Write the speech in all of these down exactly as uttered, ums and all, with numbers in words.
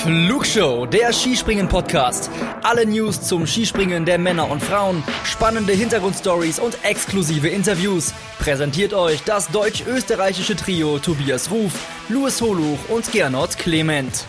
Flugshow, der Skispringen-Podcast. Alle News zum Skispringen der Männer und Frauen, spannende Hintergrundstories und exklusive Interviews. Präsentiert euch das deutsch-österreichische Trio Tobias Ruf, Louis Holuch und Gernot Clement.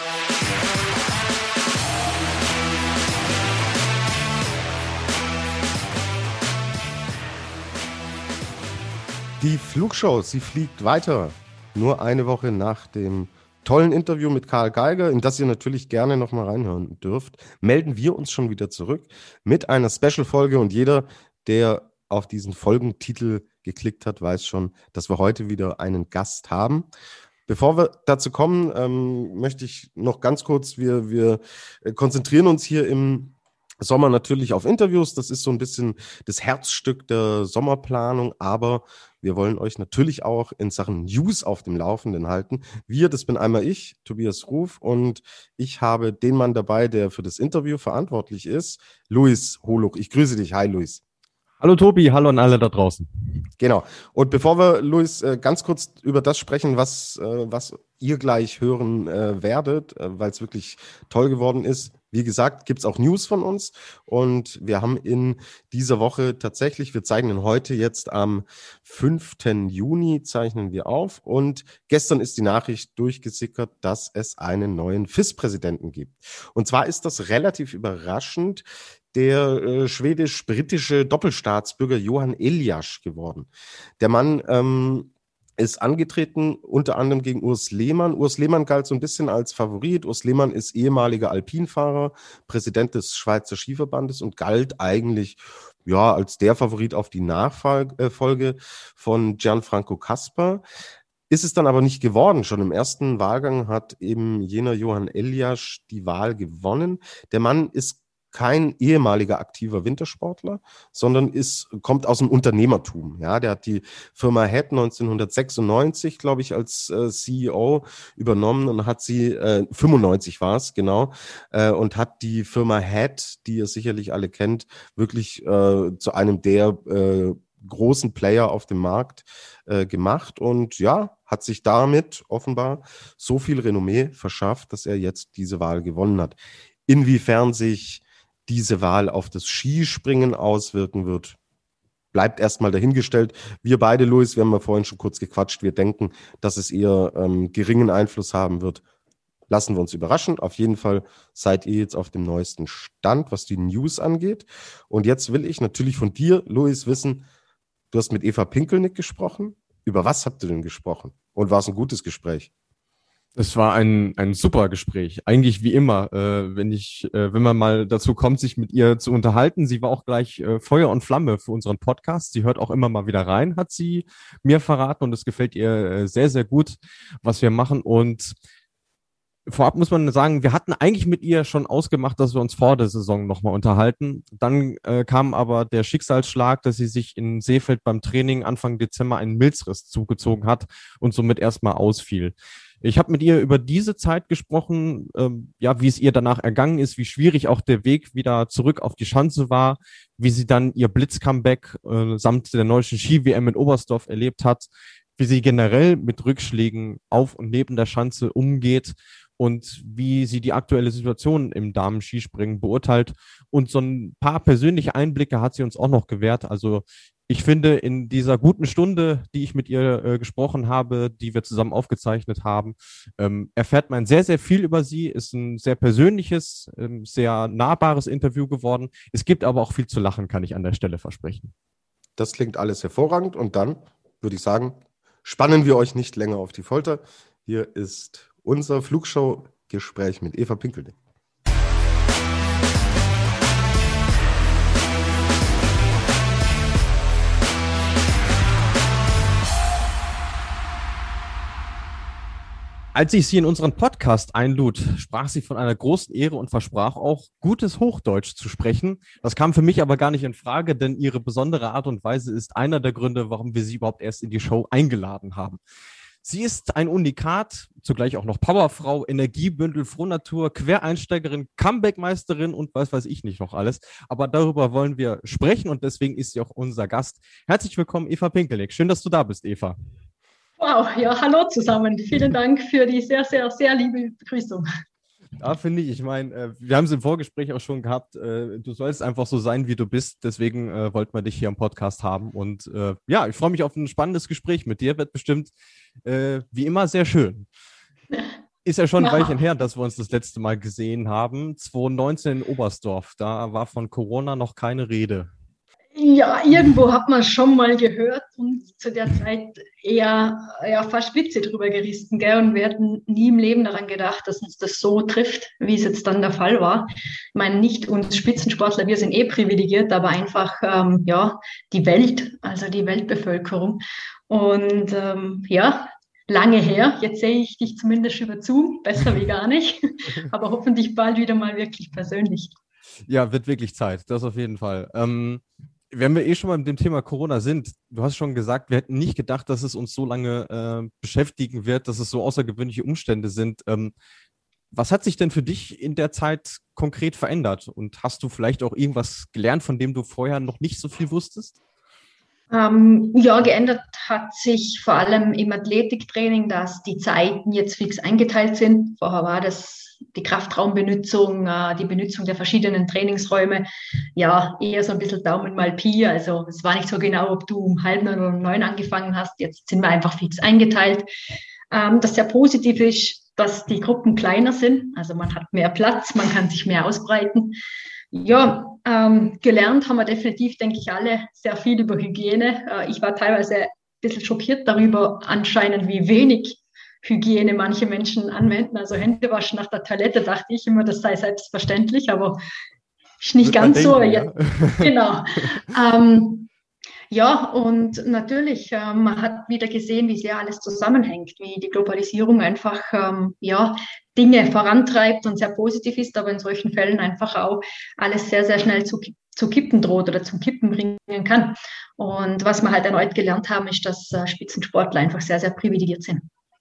Die Flugshow, sie fliegt weiter. Nur eine Woche nach dem tollen Interview mit Karl Geiger, in das ihr natürlich gerne nochmal reinhören dürft, melden wir uns schon wieder zurück mit einer Special-Folge. Und jeder, der auf diesen Folgentitel geklickt hat, weiß schon, dass wir heute wieder einen Gast haben. Bevor wir dazu kommen, ähm, möchte ich noch ganz kurz, wir, wir konzentrieren uns hier im Sommer natürlich auf Interviews. Das ist so ein bisschen das Herzstück der Sommerplanung, aber wir wollen euch natürlich auch in Sachen News auf dem Laufenden halten. Wir, das bin einmal ich, Tobias Ruf, und ich habe den Mann dabei, der für das Interview verantwortlich ist, Louis Holuch. Ich grüße dich. Hi, Louis. Hallo Tobi, hallo an alle da draußen. Genau. Und bevor wir, Louis, ganz kurz über das sprechen, was, was ihr gleich hören werdet, weil es wirklich toll geworden ist. Wie gesagt, gibt es auch News von uns und wir haben in dieser Woche tatsächlich, wir zeichnen heute jetzt am fünften Juni, zeichnen wir auf, und gestern ist die Nachricht durchgesickert, dass es einen neuen F I S-Präsidenten gibt. Und zwar ist das relativ überraschend der äh, schwedisch-britische Doppelstaatsbürger Johan Elias geworden. Der Mann ähm, ist angetreten, unter anderem gegen Urs Lehmann. Urs Lehmann galt so ein bisschen als Favorit. Urs Lehmann ist ehemaliger Alpinfahrer, Präsident des Schweizer Skiverbandes und galt eigentlich ja als der Favorit auf die Nachfolge von Gianfranco Casper. Ist es dann aber nicht geworden. Schon im ersten Wahlgang hat eben jener Johan Elias die Wahl gewonnen. Der Mann ist kein ehemaliger aktiver Wintersportler, sondern ist, kommt aus dem Unternehmertum. Ja, der hat die Firma Head neunzehnhundertsechsundneunzig, glaube ich, als äh, C E O übernommen und hat sie, äh, fünfundneunzig war es, genau, äh, und hat die Firma Head, die ihr sicherlich alle kennt, wirklich äh, zu einem der äh, großen Player auf dem Markt äh, gemacht und ja, hat sich damit offenbar so viel Renommee verschafft, dass er jetzt diese Wahl gewonnen hat. Inwiefern sich diese Wahl auf das Skispringen auswirken wird, bleibt erstmal dahingestellt. Wir beide, Louis, wir haben ja vorhin schon kurz gequatscht, wir denken, dass es eher ähm, geringen Einfluss haben wird. Lassen wir uns überraschen. Auf jeden Fall seid ihr jetzt auf dem neuesten Stand, was die News angeht. Und jetzt will ich natürlich von dir, Louis, wissen, du hast mit Eva Pinkelnick gesprochen. Über was habt ihr denn gesprochen? Und war es ein gutes Gespräch? Es war ein ein super Gespräch, eigentlich wie immer, äh, wenn ich, äh, wenn man mal dazu kommt, sich mit ihr zu unterhalten. Sie war auch gleich äh, Feuer und Flamme für unseren Podcast. Sie hört auch immer mal wieder rein, hat sie mir verraten, und es gefällt ihr äh, sehr, sehr gut, was wir machen. Und vorab muss man sagen, wir hatten eigentlich mit ihr schon ausgemacht, dass wir uns vor der Saison nochmal unterhalten. Dann äh, kam aber der Schicksalsschlag, dass sie sich in Seefeld beim Training Anfang Dezember einen Milzriss zugezogen hat und somit erstmal ausfiel. Ich habe mit ihr über diese Zeit gesprochen, ähm, ja, wie es ihr danach ergangen ist, wie schwierig auch der Weg wieder zurück auf die Schanze war, wie sie dann ihr Blitz-Comeback äh, samt der deutschen Ski-W M in Oberstdorf erlebt hat, wie sie generell mit Rückschlägen auf und neben der Schanze umgeht und wie sie die aktuelle Situation im Damen-Skispringen beurteilt. Und so ein paar persönliche Einblicke hat sie uns auch noch gewährt. Also ich finde, in dieser guten Stunde, die ich mit ihr äh, gesprochen habe, die wir zusammen aufgezeichnet haben, ähm, erfährt man sehr, sehr viel über sie. Ist ein sehr persönliches, ähm, sehr nahbares Interview geworden. Es gibt aber auch viel zu lachen, kann ich an der Stelle versprechen. Das klingt alles hervorragend. Und dann würde ich sagen, spannen wir euch nicht länger auf die Folter. Hier ist unser Flugshow-Gespräch mit Eva Pinkelnick. Als ich sie in unseren Podcast einlud, sprach sie von einer großen Ehre und versprach auch, gutes Hochdeutsch zu sprechen. Das kam für mich aber gar nicht in Frage, denn ihre besondere Art und Weise ist einer der Gründe, warum wir sie überhaupt erst in die Show eingeladen haben. Sie ist ein Unikat, zugleich auch noch Powerfrau, Energiebündel, Frohnatur, Quereinsteigerin, Comebackmeisterin und was weiß ich nicht noch alles. Aber darüber wollen wir sprechen und deswegen ist sie auch unser Gast. Herzlich willkommen, Eva Pinkelnick. Schön, dass du da bist, Eva. Wow, ja, hallo zusammen. Vielen Dank für die sehr, sehr, sehr liebe Begrüßung. Da finde ich, ich meine, äh, wir haben es im Vorgespräch auch schon gehabt, äh, du sollst einfach so sein, wie du bist, deswegen äh, wollten wir dich hier im Podcast haben und äh, ja, ich freue mich auf ein spannendes Gespräch mit dir, wird bestimmt äh, wie immer sehr schön. Ist ja schon ein Weilchen her, dass wir uns das letzte Mal gesehen haben, zwanzig neunzehn in Oberstdorf, da war von Corona noch keine Rede. Ja, irgendwo hat man schon mal gehört und zu der Zeit eher ja, fast Witze drüber gerissen, gell? Und wir hatten nie im Leben daran gedacht, dass uns das so trifft, wie es jetzt dann der Fall war. Ich meine, nicht uns Spitzensportler, wir sind eh privilegiert, aber einfach ähm, ja die Welt, also die Weltbevölkerung. Und ähm, ja, lange her. Jetzt sehe ich dich zumindest über Zoom, besser wie gar nicht, aber hoffentlich bald wieder mal wirklich persönlich. Ja, wird wirklich Zeit, das auf jeden Fall. Ähm, wenn wir eh schon mal mit dem Thema Corona sind, du hast schon gesagt, wir hätten nicht gedacht, dass es uns so lange äh, beschäftigen wird, dass es so außergewöhnliche Umstände sind. Ähm, was hat sich denn für dich in der Zeit konkret verändert? Und hast du vielleicht auch irgendwas gelernt, von dem du vorher noch nicht so viel wusstest? Ähm, ja, geändert hat sich vor allem im Athletiktraining, dass die Zeiten jetzt fix eingeteilt sind. Vorher war das die Kraftraumbenutzung, äh, die Benutzung der verschiedenen Trainingsräume, ja, eher so ein bisschen Daumen mal Pi. Also es war nicht so genau, ob du um halb neun oder um neun angefangen hast. Jetzt sind wir einfach fix eingeteilt. Ähm, das sehr positiv ist, dass die Gruppen kleiner sind. Also man hat mehr Platz, man kann sich mehr ausbreiten. Ja, ähm, gelernt haben wir definitiv, denke ich, alle sehr viel über Hygiene. Äh, ich war teilweise ein bisschen schockiert darüber, anscheinend wie wenig Hygiene manche Menschen anwenden. Also Händewaschen nach der Toilette, dachte ich immer, das sei selbstverständlich, aber ist nicht ganz so. Denken, ja. Genau. ähm, ja, und natürlich, ähm, man hat wieder gesehen, wie sehr alles zusammenhängt, wie die Globalisierung einfach ähm, ja, Dinge vorantreibt und sehr positiv ist, aber in solchen Fällen einfach auch alles sehr, sehr schnell zu, zu kippen droht oder zum Kippen bringen kann. Und was wir halt erneut gelernt haben, ist, dass äh, Spitzensportler einfach sehr, sehr privilegiert sind.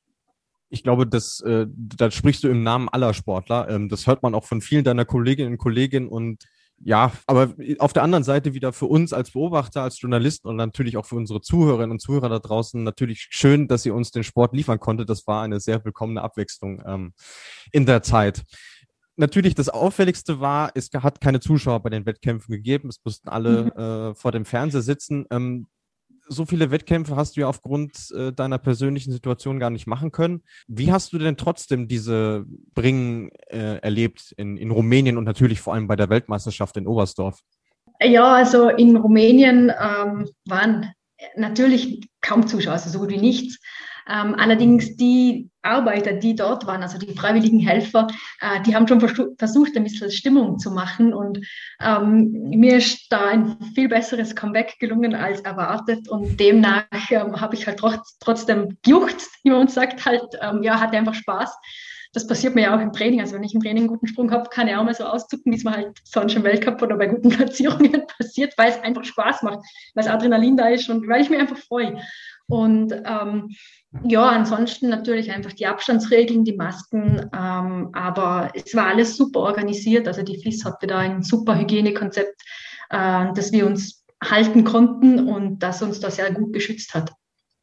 Ich glaube, das, äh, da sprichst du im Namen aller Sportler. Ähm, das hört man auch von vielen deiner Kolleginnen und Kollegen. Und ja, aber auf der anderen Seite wieder für uns als Beobachter, als Journalisten und natürlich auch für unsere Zuhörerinnen und Zuhörer da draußen natürlich schön, dass ihr uns den Sport liefern konntet. Das war eine sehr willkommene Abwechslung ähm, in der Zeit. Natürlich das Auffälligste war, es hat keine Zuschauer bei den Wettkämpfen gegeben. Es mussten alle mhm. äh, vor dem Fernseher sitzen. Ähm, So viele Wettkämpfe hast du ja aufgrund äh, deiner persönlichen Situation gar nicht machen können. Wie hast du denn trotzdem diese Bringen äh, erlebt in, in Rumänien und natürlich vor allem bei der Weltmeisterschaft in Oberstdorf? Ja, also in Rumänien ähm, waren natürlich kaum Zuschauer, also so gut wie nichts. Ähm, allerdings die Arbeiter, die dort waren, also die freiwilligen Helfer, äh, die haben schon versucht, versucht, ein bisschen Stimmung zu machen. Und ähm, mir ist da ein viel besseres Comeback gelungen als erwartet. Und demnach ähm, habe ich halt trotz, trotzdem gejuckt, wie man uns sagt, halt, ähm, ja, hatte einfach Spaß. Das passiert mir ja auch im Training. Also wenn ich im Training einen guten Sprung habe, kann ich auch mal so auszucken, wie es mir halt sonst im Weltcup oder bei guten Platzierungen passiert, weil es einfach Spaß macht, weil das Adrenalin da ist und weil ich mich einfach freue. Und ähm, ja, ansonsten natürlich einfach die Abstandsregeln, die Masken, ähm, aber es war alles super organisiert. Also die F I S hatte da ein super Hygienekonzept, äh, dass wir uns halten konnten und das uns da sehr gut geschützt hat.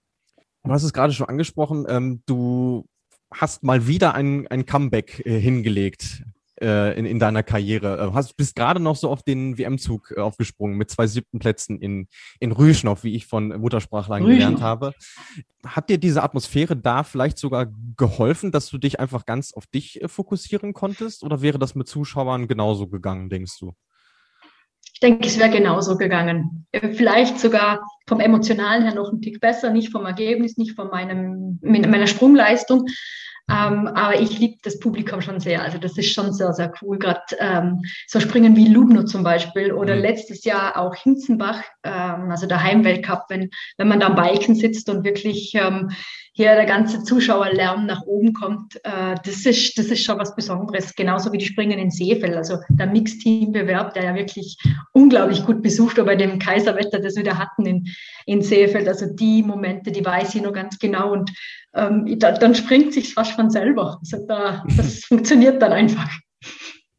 Du hast es gerade schon angesprochen, ähm, du hast mal wieder ein, ein Comeback äh, hingelegt äh, in, in deiner Karriere. Du hast, bist gerade noch so auf den W M-Zug äh, aufgesprungen mit zwei siebten Plätzen in, in Rüschnow, wie ich von Muttersprachlern gelernt habe. Hat dir diese Atmosphäre da vielleicht sogar geholfen, dass du dich einfach ganz auf dich äh, fokussieren konntest? Oder wäre das mit Zuschauern genauso gegangen, denkst du? Ich denke, es wäre genauso gegangen. Vielleicht sogar vom Emotionalen her noch ein Tick besser, nicht vom Ergebnis, nicht von meinem, meiner Sprungleistung. Ähm, aber ich liebe das Publikum schon sehr. Also das ist schon sehr, sehr cool. Gerade ähm, so Springen wie Lubno zum Beispiel oder mhm. letztes Jahr auch Hinzenbach, ähm, also der Heimweltcup, wenn, wenn man da am Balken sitzt und wirklich ähm, hier der ganze Zuschauerlärm nach oben kommt, äh, das ist, das ist schon was Besonderes. Genauso wie die Springen in Seefeld, also der Mixteam-Bewerb, der ja wirklich unglaublich gut besucht war bei dem Kaiserwetter, das wir da hatten in, in Seefeld. Also die Momente, die weiß ich noch ganz genau und ähm, da, dann springt sich fast von selber. Also da, das funktioniert dann einfach.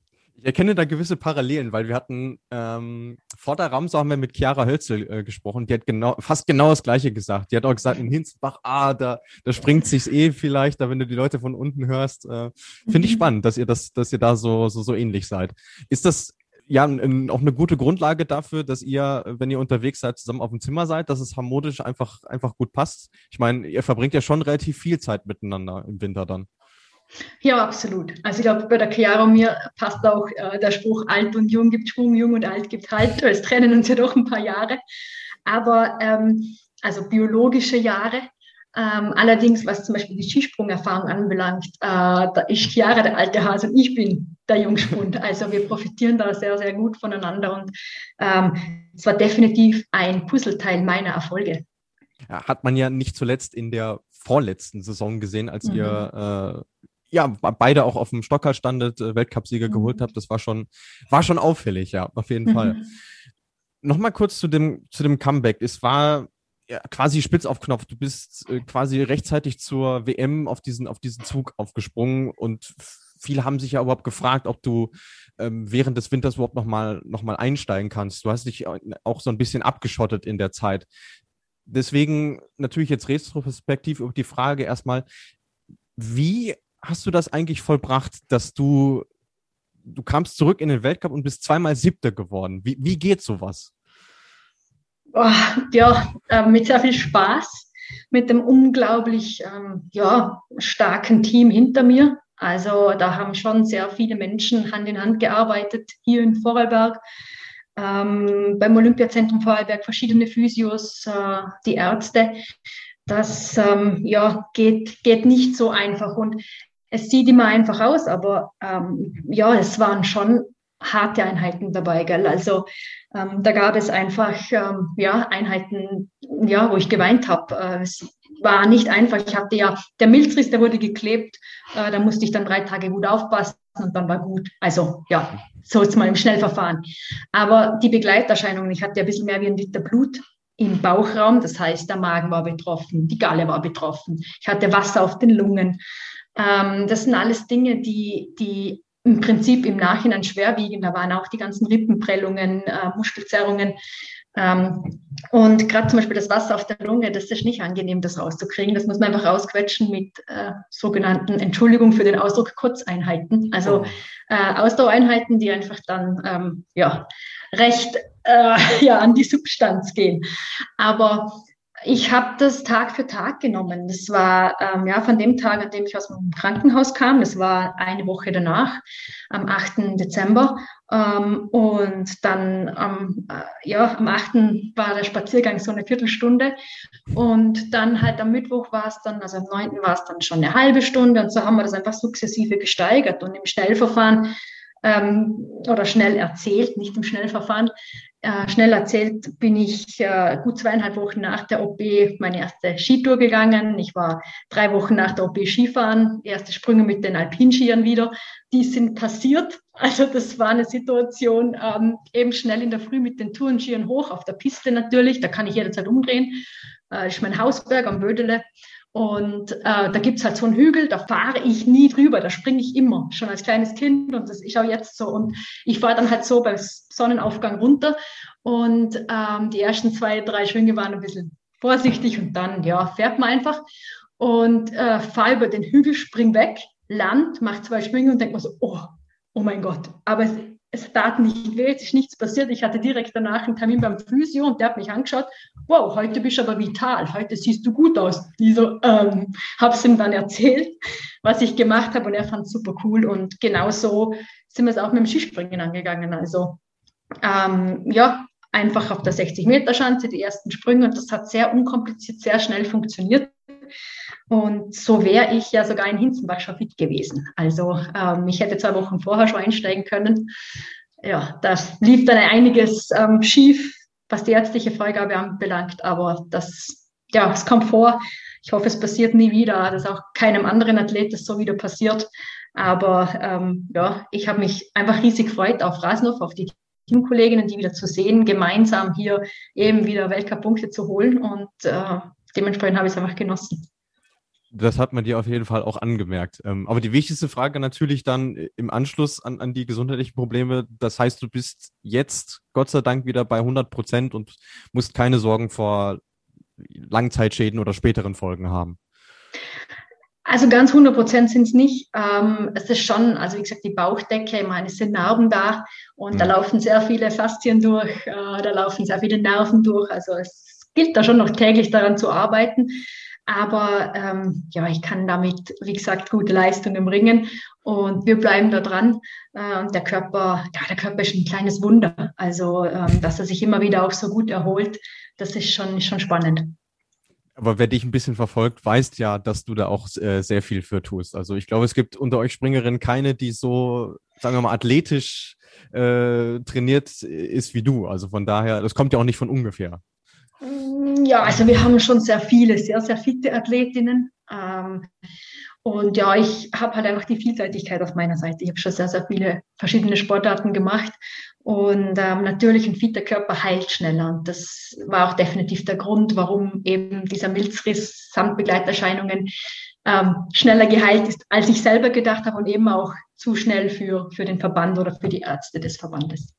Ich erkenne da gewisse Parallelen, weil wir hatten ähm, vor der Ramsau haben wir mit Chiara Hölzel äh, gesprochen. Die hat genau fast genau das Gleiche gesagt. Die hat auch gesagt, in Hinzenbach, ah, da, da springt sich's eh vielleicht, da wenn du die Leute von unten hörst. Äh, Finde ich spannend, dass ihr das, dass ihr da so so so ähnlich seid. Ist das ja n, auch eine gute Grundlage dafür, dass ihr, wenn ihr unterwegs seid, zusammen auf dem Zimmer seid, dass es harmonisch einfach einfach gut passt? Ich meine, ihr verbringt ja schon relativ viel Zeit miteinander im Winter dann. Ja, absolut. Also ich glaube, bei der Chiara und mir passt auch äh, der Spruch, alt und jung gibt Schwung, jung und alt gibt Halt. Es trennen uns ja doch ein paar Jahre. Aber ähm, also biologische Jahre. Ähm, allerdings, was zum Beispiel die Skisprungerfahrung anbelangt, äh, da ist Chiara der alte Hase und ich bin der Jungspund. Also wir profitieren da sehr, sehr gut voneinander und ähm, es war definitiv ein Puzzleteil meiner Erfolge. Ja, hat man ja nicht zuletzt in der vorletzten Saison gesehen, als mhm. ihr äh, ja beide auch auf dem Stockerl standet, äh, Weltcupsieger mhm. geholt habt. Das war schon, war schon auffällig, ja, auf jeden mhm. Fall. Nochmal kurz zu dem, zu dem Comeback. Es war ja, quasi spitz auf Knopf. Du bist äh, quasi rechtzeitig zur W M auf diesen, auf diesen Zug aufgesprungen und viele haben sich ja überhaupt gefragt, ob du ähm, während des Winters überhaupt nochmal noch mal einsteigen kannst. Du hast dich auch so ein bisschen abgeschottet in der Zeit. Deswegen natürlich jetzt retrospektiv über die Frage erstmal, wie hast du das eigentlich vollbracht, dass du, du kamst zurück in den Weltcup und bist zweimal Siebter geworden? Wie, wie geht sowas? Oh, ja, äh, mit sehr viel Spaß, mit dem unglaublich ähm, ja, starken Team hinter mir. Also da haben schon sehr viele Menschen Hand in Hand gearbeitet, hier in Vorarlberg. Ähm, beim Olympiazentrum Vorarlberg verschiedene Physios, äh, die Ärzte. Das ähm, ja, geht, geht nicht so einfach und es sieht immer einfach aus, aber ähm, ja, es waren schon harte Einheiten dabei, gell? Also ähm, da gab es einfach ähm, ja, Einheiten, ja, wo ich geweint habe. Äh, es war nicht einfach. Ich hatte ja, der Milzriss, der wurde geklebt, äh, da musste ich dann drei Tage gut aufpassen und dann war gut. Also ja, so jetzt mal im Schnellverfahren. Aber die Begleiterscheinungen, ich hatte ja ein bisschen mehr wie ein Liter Blut im Bauchraum, das heißt, der Magen war betroffen, die Galle war betroffen, ich hatte Wasser auf den Lungen. Ähm, das sind alles Dinge, die, die im Prinzip im Nachhinein schwerwiegen. Da waren auch die ganzen Rippenprellungen, äh, Muskelzerrungen. Ähm, und gerade zum Beispiel das Wasser auf der Lunge, das ist nicht angenehm, das rauszukriegen. Das muss man einfach rausquetschen mit äh, sogenannten, Entschuldigung für den Ausdruck, Kurzeinheiten. Also äh, Ausdauereinheiten, die einfach dann ähm, ja, recht äh, ja, an die Substanz gehen. Aber ich habe das Tag für Tag genommen. Das war ähm, ja von dem Tag, an dem ich aus dem Krankenhaus kam. Das war eine Woche danach, am achten Dezember. Ähm, und dann ähm, äh, ja, am achten war der Spaziergang so eine Viertelstunde. Und dann halt am Mittwoch war es dann, also am neunten war es dann schon eine halbe Stunde. Und so haben wir das einfach sukzessive gesteigert. Und im Schnellverfahren ähm, oder schnell erzählt, nicht im Schnellverfahren, Äh, schnell erzählt, bin ich äh, gut zweieinhalb Wochen nach der O P meine erste Skitour gegangen. Ich war drei Wochen nach der O P Skifahren, erste Sprünge mit den Alpinskiern wieder. Die sind passiert. Also das war eine Situation, ähm, eben schnell in der Früh mit den Tourenskiern hoch, auf der Piste natürlich. Da kann ich jederzeit umdrehen. Äh, das ist mein Hausberg am Bödele. Und äh, da gibt's halt so einen Hügel, da fahre ich nie drüber, da springe ich immer, schon als kleines Kind und das ist auch jetzt so. Und ich fahre dann halt so beim Sonnenaufgang runter und ähm, die ersten zwei, drei Schwünge waren ein bisschen vorsichtig und dann, ja, fährt man einfach und äh, fahre über den Hügel, spring weg, land, mach zwei Schwünge und denke mir so, oh, oh mein Gott, aber es, es tat nicht weh, es ist nichts passiert. Ich hatte direkt danach einen Termin beim Physio und der hat mich angeschaut. Wow, heute bist du aber vital, heute siehst du gut aus. Ich so, ähm, habe es ihm dann erzählt, was ich gemacht habe und er fand es super cool. Und genau so sind wir es auch mit dem Skispringen angegangen. Also ähm, ja, einfach auf der sechzig Meter Schanze die ersten Sprünge und das hat sehr unkompliziert, sehr schnell funktioniert. Und so wäre ich ja sogar in Hinzenbach schon fit gewesen. Also ähm, ich hätte zwei Wochen vorher schon einsteigen können. Ja, da lief dann einiges ähm, schief, was die ärztliche Freigabe anbelangt. Aber das, ja, es kommt vor. Ich hoffe, es passiert nie wieder, dass auch keinem anderen Athlet das so wieder passiert. Aber ähm, ja, ich habe mich einfach riesig gefreut auf Rasenhof, auf die Teamkolleginnen, die wieder zu sehen, gemeinsam hier eben wieder Weltcup-Punkte zu holen. Und äh, dementsprechend habe ich es einfach genossen. Das hat man dir auf jeden Fall auch angemerkt. Ähm, aber die wichtigste Frage natürlich dann im Anschluss an, an die gesundheitlichen Probleme. Das heißt, du bist jetzt Gott sei Dank wieder bei hundert Prozent und musst keine Sorgen vor Langzeitschäden oder späteren Folgen haben. Also ganz hundert Prozent sind es nicht. Ähm, es ist schon, also wie gesagt, die Bauchdecke, ich meine, es sind Narben da und mhm. da laufen sehr viele Faszien durch, äh, da laufen sehr viele Nerven durch. Also es gilt da schon noch täglich daran zu arbeiten. Aber ähm, ja, ich kann damit, wie gesagt, gute Leistungen bringen und wir bleiben da dran. Äh, und der Körper, ja, der Körper ist ein kleines Wunder. Also, ähm, dass er sich immer wieder auch so gut erholt, das ist schon, schon spannend. Aber wer dich ein bisschen verfolgt, weiß ja, dass du da auch äh, sehr viel für tust. Also ich glaube, es gibt unter euch Springerinnen keine, die so, sagen wir mal, athletisch äh, trainiert ist wie du. Also von daher, das kommt ja auch nicht von ungefähr. Ja, also wir haben schon sehr viele, sehr, sehr fitte Athletinnen. Ähm, und ja, ich habe halt einfach die Vielseitigkeit auf meiner Seite. Ich habe schon sehr, sehr viele verschiedene Sportarten gemacht. Und ähm, natürlich ein fitter Körper heilt schneller. Und das war auch definitiv der Grund, warum eben dieser Milzriss samt Begleiterscheinungen ähm, schneller geheilt ist, als ich selber gedacht habe und eben auch zu schnell für, für den Verband oder für die Ärzte des Verbandes.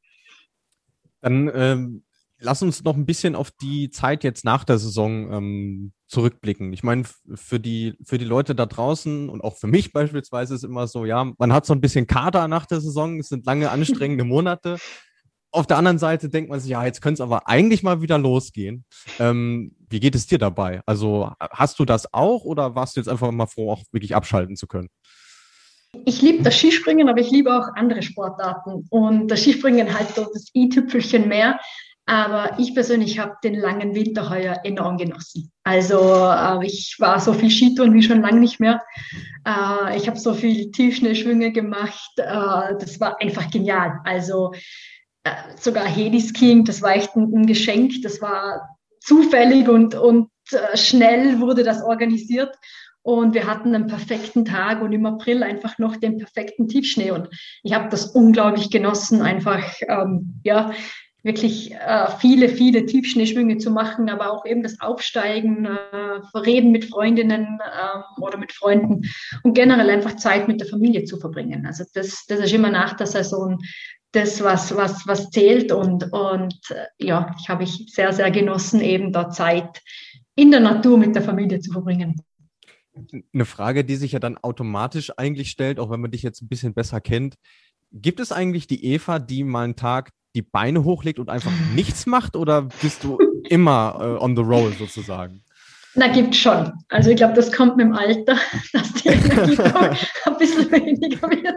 Dann ähm lass uns noch ein bisschen auf die Zeit jetzt nach der Saison ähm, zurückblicken. Ich meine, für die, für die Leute da draußen und auch für mich beispielsweise ist immer so, ja, man hat so ein bisschen Kater nach der Saison, es sind lange anstrengende Monate. Auf der anderen Seite denkt man sich, ja, jetzt könnte es aber eigentlich mal wieder losgehen. Ähm, wie geht es dir dabei? Also hast du das auch oder warst du jetzt einfach mal froh, auch wirklich abschalten zu können? Ich liebe das Skispringen, aber ich liebe auch andere Sportarten und das Skispringen halt so das i-Tüpfelchen mehr. Aber ich persönlich habe den langen Winter heuer enorm genossen. Also äh, ich war so viel Skitouren wie schon lange nicht mehr. Äh, ich habe so viel Tiefschneeschwünge gemacht. Äh, das war einfach genial. Also äh, sogar Heli-Skiing, das war echt ein, ein Geschenk. Das war zufällig und, und äh, schnell wurde das organisiert. Und wir hatten einen perfekten Tag und im April einfach noch den perfekten Tiefschnee. Und ich habe das unglaublich genossen, einfach, ähm, ja, wirklich äh, viele, viele Tiefschneeschwünge zu machen, aber auch eben das Aufsteigen, äh, Reden mit Freundinnen äh, oder mit Freunden und generell einfach Zeit mit der Familie zu verbringen. Also das, das ist immer nach der Saison das, was, was, was zählt und, und äh, ja, ich habe ich sehr, sehr genossen, eben da Zeit in der Natur mit der Familie zu verbringen. Eine Frage, die sich ja dann automatisch eigentlich stellt, auch wenn man dich jetzt ein bisschen besser kennt. Gibt es eigentlich die Eva, die mal einen Tag die Beine hochlegt und einfach nichts macht oder bist du immer äh, on the roll sozusagen? Na, gibt schon. Also ich glaube, das kommt mit dem Alter, dass die Energie ein bisschen weniger wird.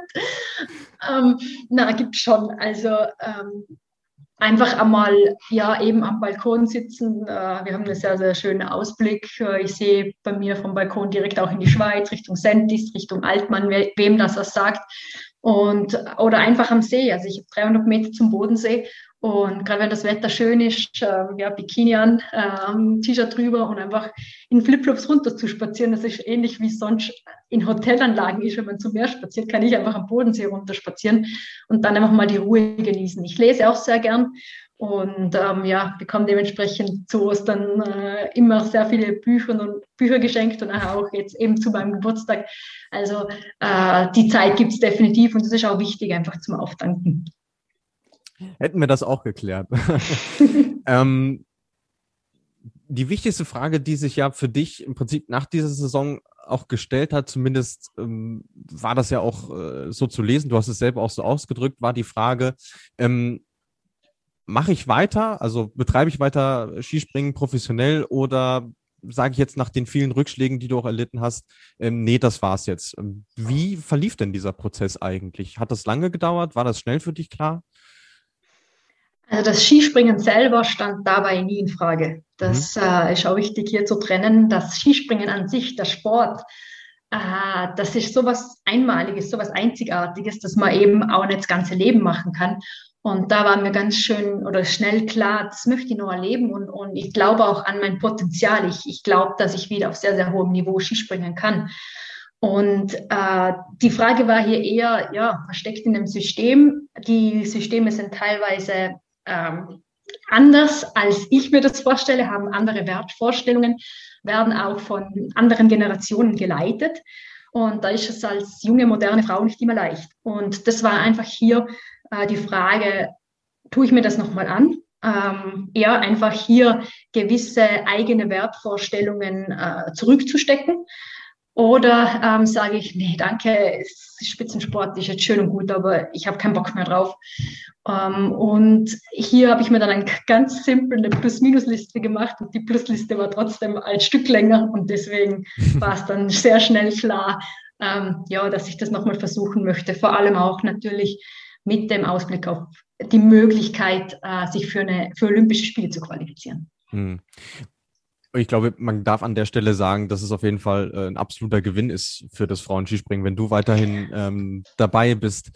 Ähm, na, gibt schon. Also ähm, einfach einmal ja eben am Balkon sitzen. Äh, wir haben einen sehr, sehr schönen Ausblick. Äh, ich sehe bei mir vom Balkon direkt auch in die Schweiz, Richtung Sentis, Richtung Altmann, we- wem das was sagt. Und, oder einfach am See. Also ich habe dreihundert Meter zum Bodensee und gerade wenn das Wetter schön ist, äh, ja, Bikini an, äh, T-Shirt drüber und einfach in Flipflops runter zu spazieren, das ist ähnlich wie es sonst in Hotelanlagen ist, wenn man zum Meer spaziert, kann ich einfach am Bodensee runter spazieren und dann einfach mal die Ruhe genießen. Ich lese auch sehr gern und ähm, ja, bekomme dementsprechend zu Ostern äh, immer sehr viele Bücher und Bücher geschenkt und auch jetzt eben zu meinem Geburtstag. Also äh, die Zeit gibt es definitiv und das ist auch wichtig, einfach zum Auftanken. Hätten wir das auch geklärt. ähm, die wichtigste Frage, die sich ja für dich im Prinzip nach dieser Saison auch gestellt hat, zumindest ähm, war das ja auch äh, so zu lesen, du hast es selber auch so ausgedrückt, war die Frage, ähm, mache ich weiter, also betreibe ich weiter Skispringen professionell oder sage ich jetzt nach den vielen Rückschlägen, die du auch erlitten hast, ähm, nee, das war's jetzt. Wie verlief denn dieser Prozess eigentlich? Hat das lange gedauert? War das schnell für dich klar? Also das Skispringen selber stand dabei nie in Frage. Das mhm. äh, ist auch wichtig hier zu trennen. Das Skispringen an sich, der Sport, äh, das ist sowas Einmaliges, sowas Einzigartiges, dass man eben auch nicht das ganze Leben machen kann. Und da war mir ganz schön oder schnell klar, das möchte ich noch erleben und, und ich glaube auch an mein Potenzial. Ich, ich glaube, dass ich wieder auf sehr, sehr hohem Niveau Skispringen kann. Und äh, die Frage war hier eher, ja, was steckt in dem System? Die Systeme sind teilweise ähm, anders, als ich mir das vorstelle, haben andere Wertvorstellungen. werden auch von anderen Generationen geleitet. Und da ist es als junge, moderne Frau nicht immer leicht. Und das war einfach hier äh, die Frage, tue ich mir das nochmal an? Ähm, eher einfach hier gewisse eigene Wertvorstellungen äh, zurückzustecken. Oder ähm, sage ich, nee, danke, Spitzensport ist jetzt schön und gut, aber ich habe keinen Bock mehr drauf. Ähm, und hier habe ich mir dann eine ganz simple eine Plus-Minus-Liste gemacht und die Plusliste war trotzdem ein Stück länger und deswegen war es dann sehr schnell klar, ähm, ja, dass ich das nochmal versuchen möchte. Vor allem auch natürlich mit dem Ausblick auf die Möglichkeit, äh, sich für, eine, für Olympische Spiele zu qualifizieren. Hm. Ich glaube, man darf an der Stelle sagen, dass es auf jeden Fall äh, ein absoluter Gewinn ist für das Frauenskispringen, wenn du weiterhin ähm, dabei bist.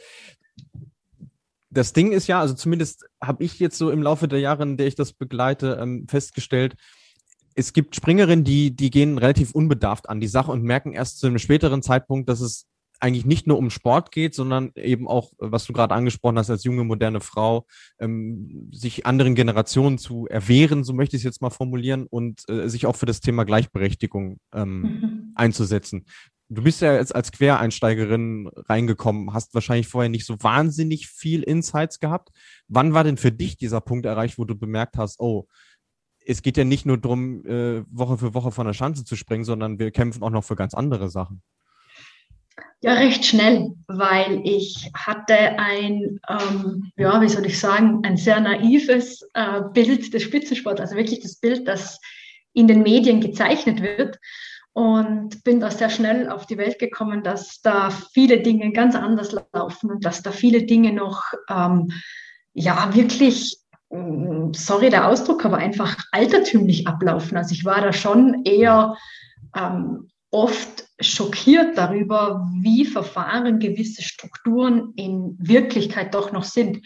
Das Ding ist ja, also zumindest habe ich jetzt so im Laufe der Jahre, in der ich das begleite, ähm, festgestellt, es gibt Springerinnen, die, die gehen relativ unbedarft an die Sache und merken erst zu einem späteren Zeitpunkt, dass es eigentlich nicht nur um Sport geht, sondern eben auch, was du gerade angesprochen hast, als junge, moderne Frau, ähm, sich anderen Generationen zu erwehren, so möchte ich es jetzt mal formulieren, und äh, sich auch für das Thema Gleichberechtigung ähm, mhm. einzusetzen. Du bist ja jetzt als Quereinsteigerin reingekommen, hast wahrscheinlich vorher nicht so wahnsinnig viel Insights gehabt. Wann war denn für dich dieser Punkt erreicht, wo du bemerkt hast, oh, es geht ja nicht nur darum, äh, Woche für Woche von der Schanze zu springen, sondern wir kämpfen auch noch für ganz andere Sachen? Ja, recht schnell, weil ich hatte ein, ähm, ja, wie soll ich sagen, ein sehr naives äh, Bild des Spitzensports, also wirklich das Bild, das in den Medien gezeichnet wird, und bin da sehr schnell auf die Welt gekommen, dass da viele Dinge ganz anders laufen und dass da viele Dinge noch, ähm, ja, wirklich, sorry der Ausdruck, aber einfach altertümlich ablaufen. Also ich war da schon eher ähm, oft schockiert darüber, wie verfahren gewisse Strukturen in Wirklichkeit doch noch sind.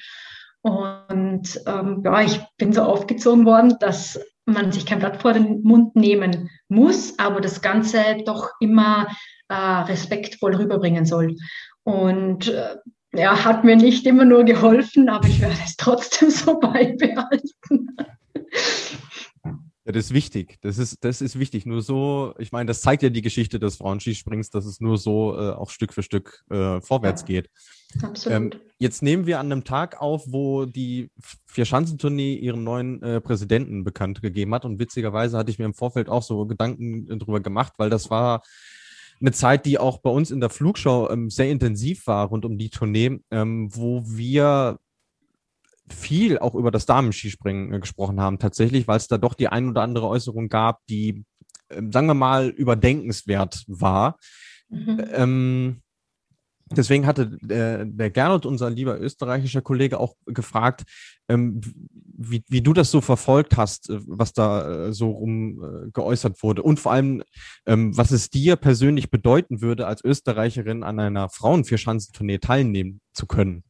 Und ähm, ja, ich bin so aufgezogen worden, dass man sich kein Blatt vor den Mund nehmen muss, aber das Ganze doch immer äh, respektvoll rüberbringen soll. Und äh, ja, hat mir nicht immer nur geholfen, aber ich werde es trotzdem so beibehalten. Ja, das ist wichtig. Das ist, das ist wichtig. Nur so, ich meine, das zeigt ja die Geschichte des Frauenskisprings, dass es nur so äh, auch Stück für Stück äh, vorwärts geht. Absolut. Ähm, jetzt nehmen wir an einem Tag auf, wo die Vierschanzentournee ihren neuen äh, Präsidenten bekannt gegeben hat. Und witzigerweise hatte ich mir im Vorfeld auch so Gedanken drüber gemacht, weil das war eine Zeit, die auch bei uns in der Flugschau ähm, sehr intensiv war rund um die Tournee, ähm, wo wir viel auch über das Damenskispringen äh, gesprochen haben, tatsächlich, weil es da doch die ein oder andere Äußerung gab, die, äh, sagen wir mal, überdenkenswert war. Mhm. Ähm, deswegen hatte äh, der Gernot, unser lieber österreichischer Kollege, auch gefragt, ähm, wie, wie du das so verfolgt hast, äh, was da äh, so rum äh, geäußert wurde, und vor allem, ähm, was es dir persönlich bedeuten würde, als Österreicherin an einer Frauen-Vierschanzentournee teilnehmen zu können.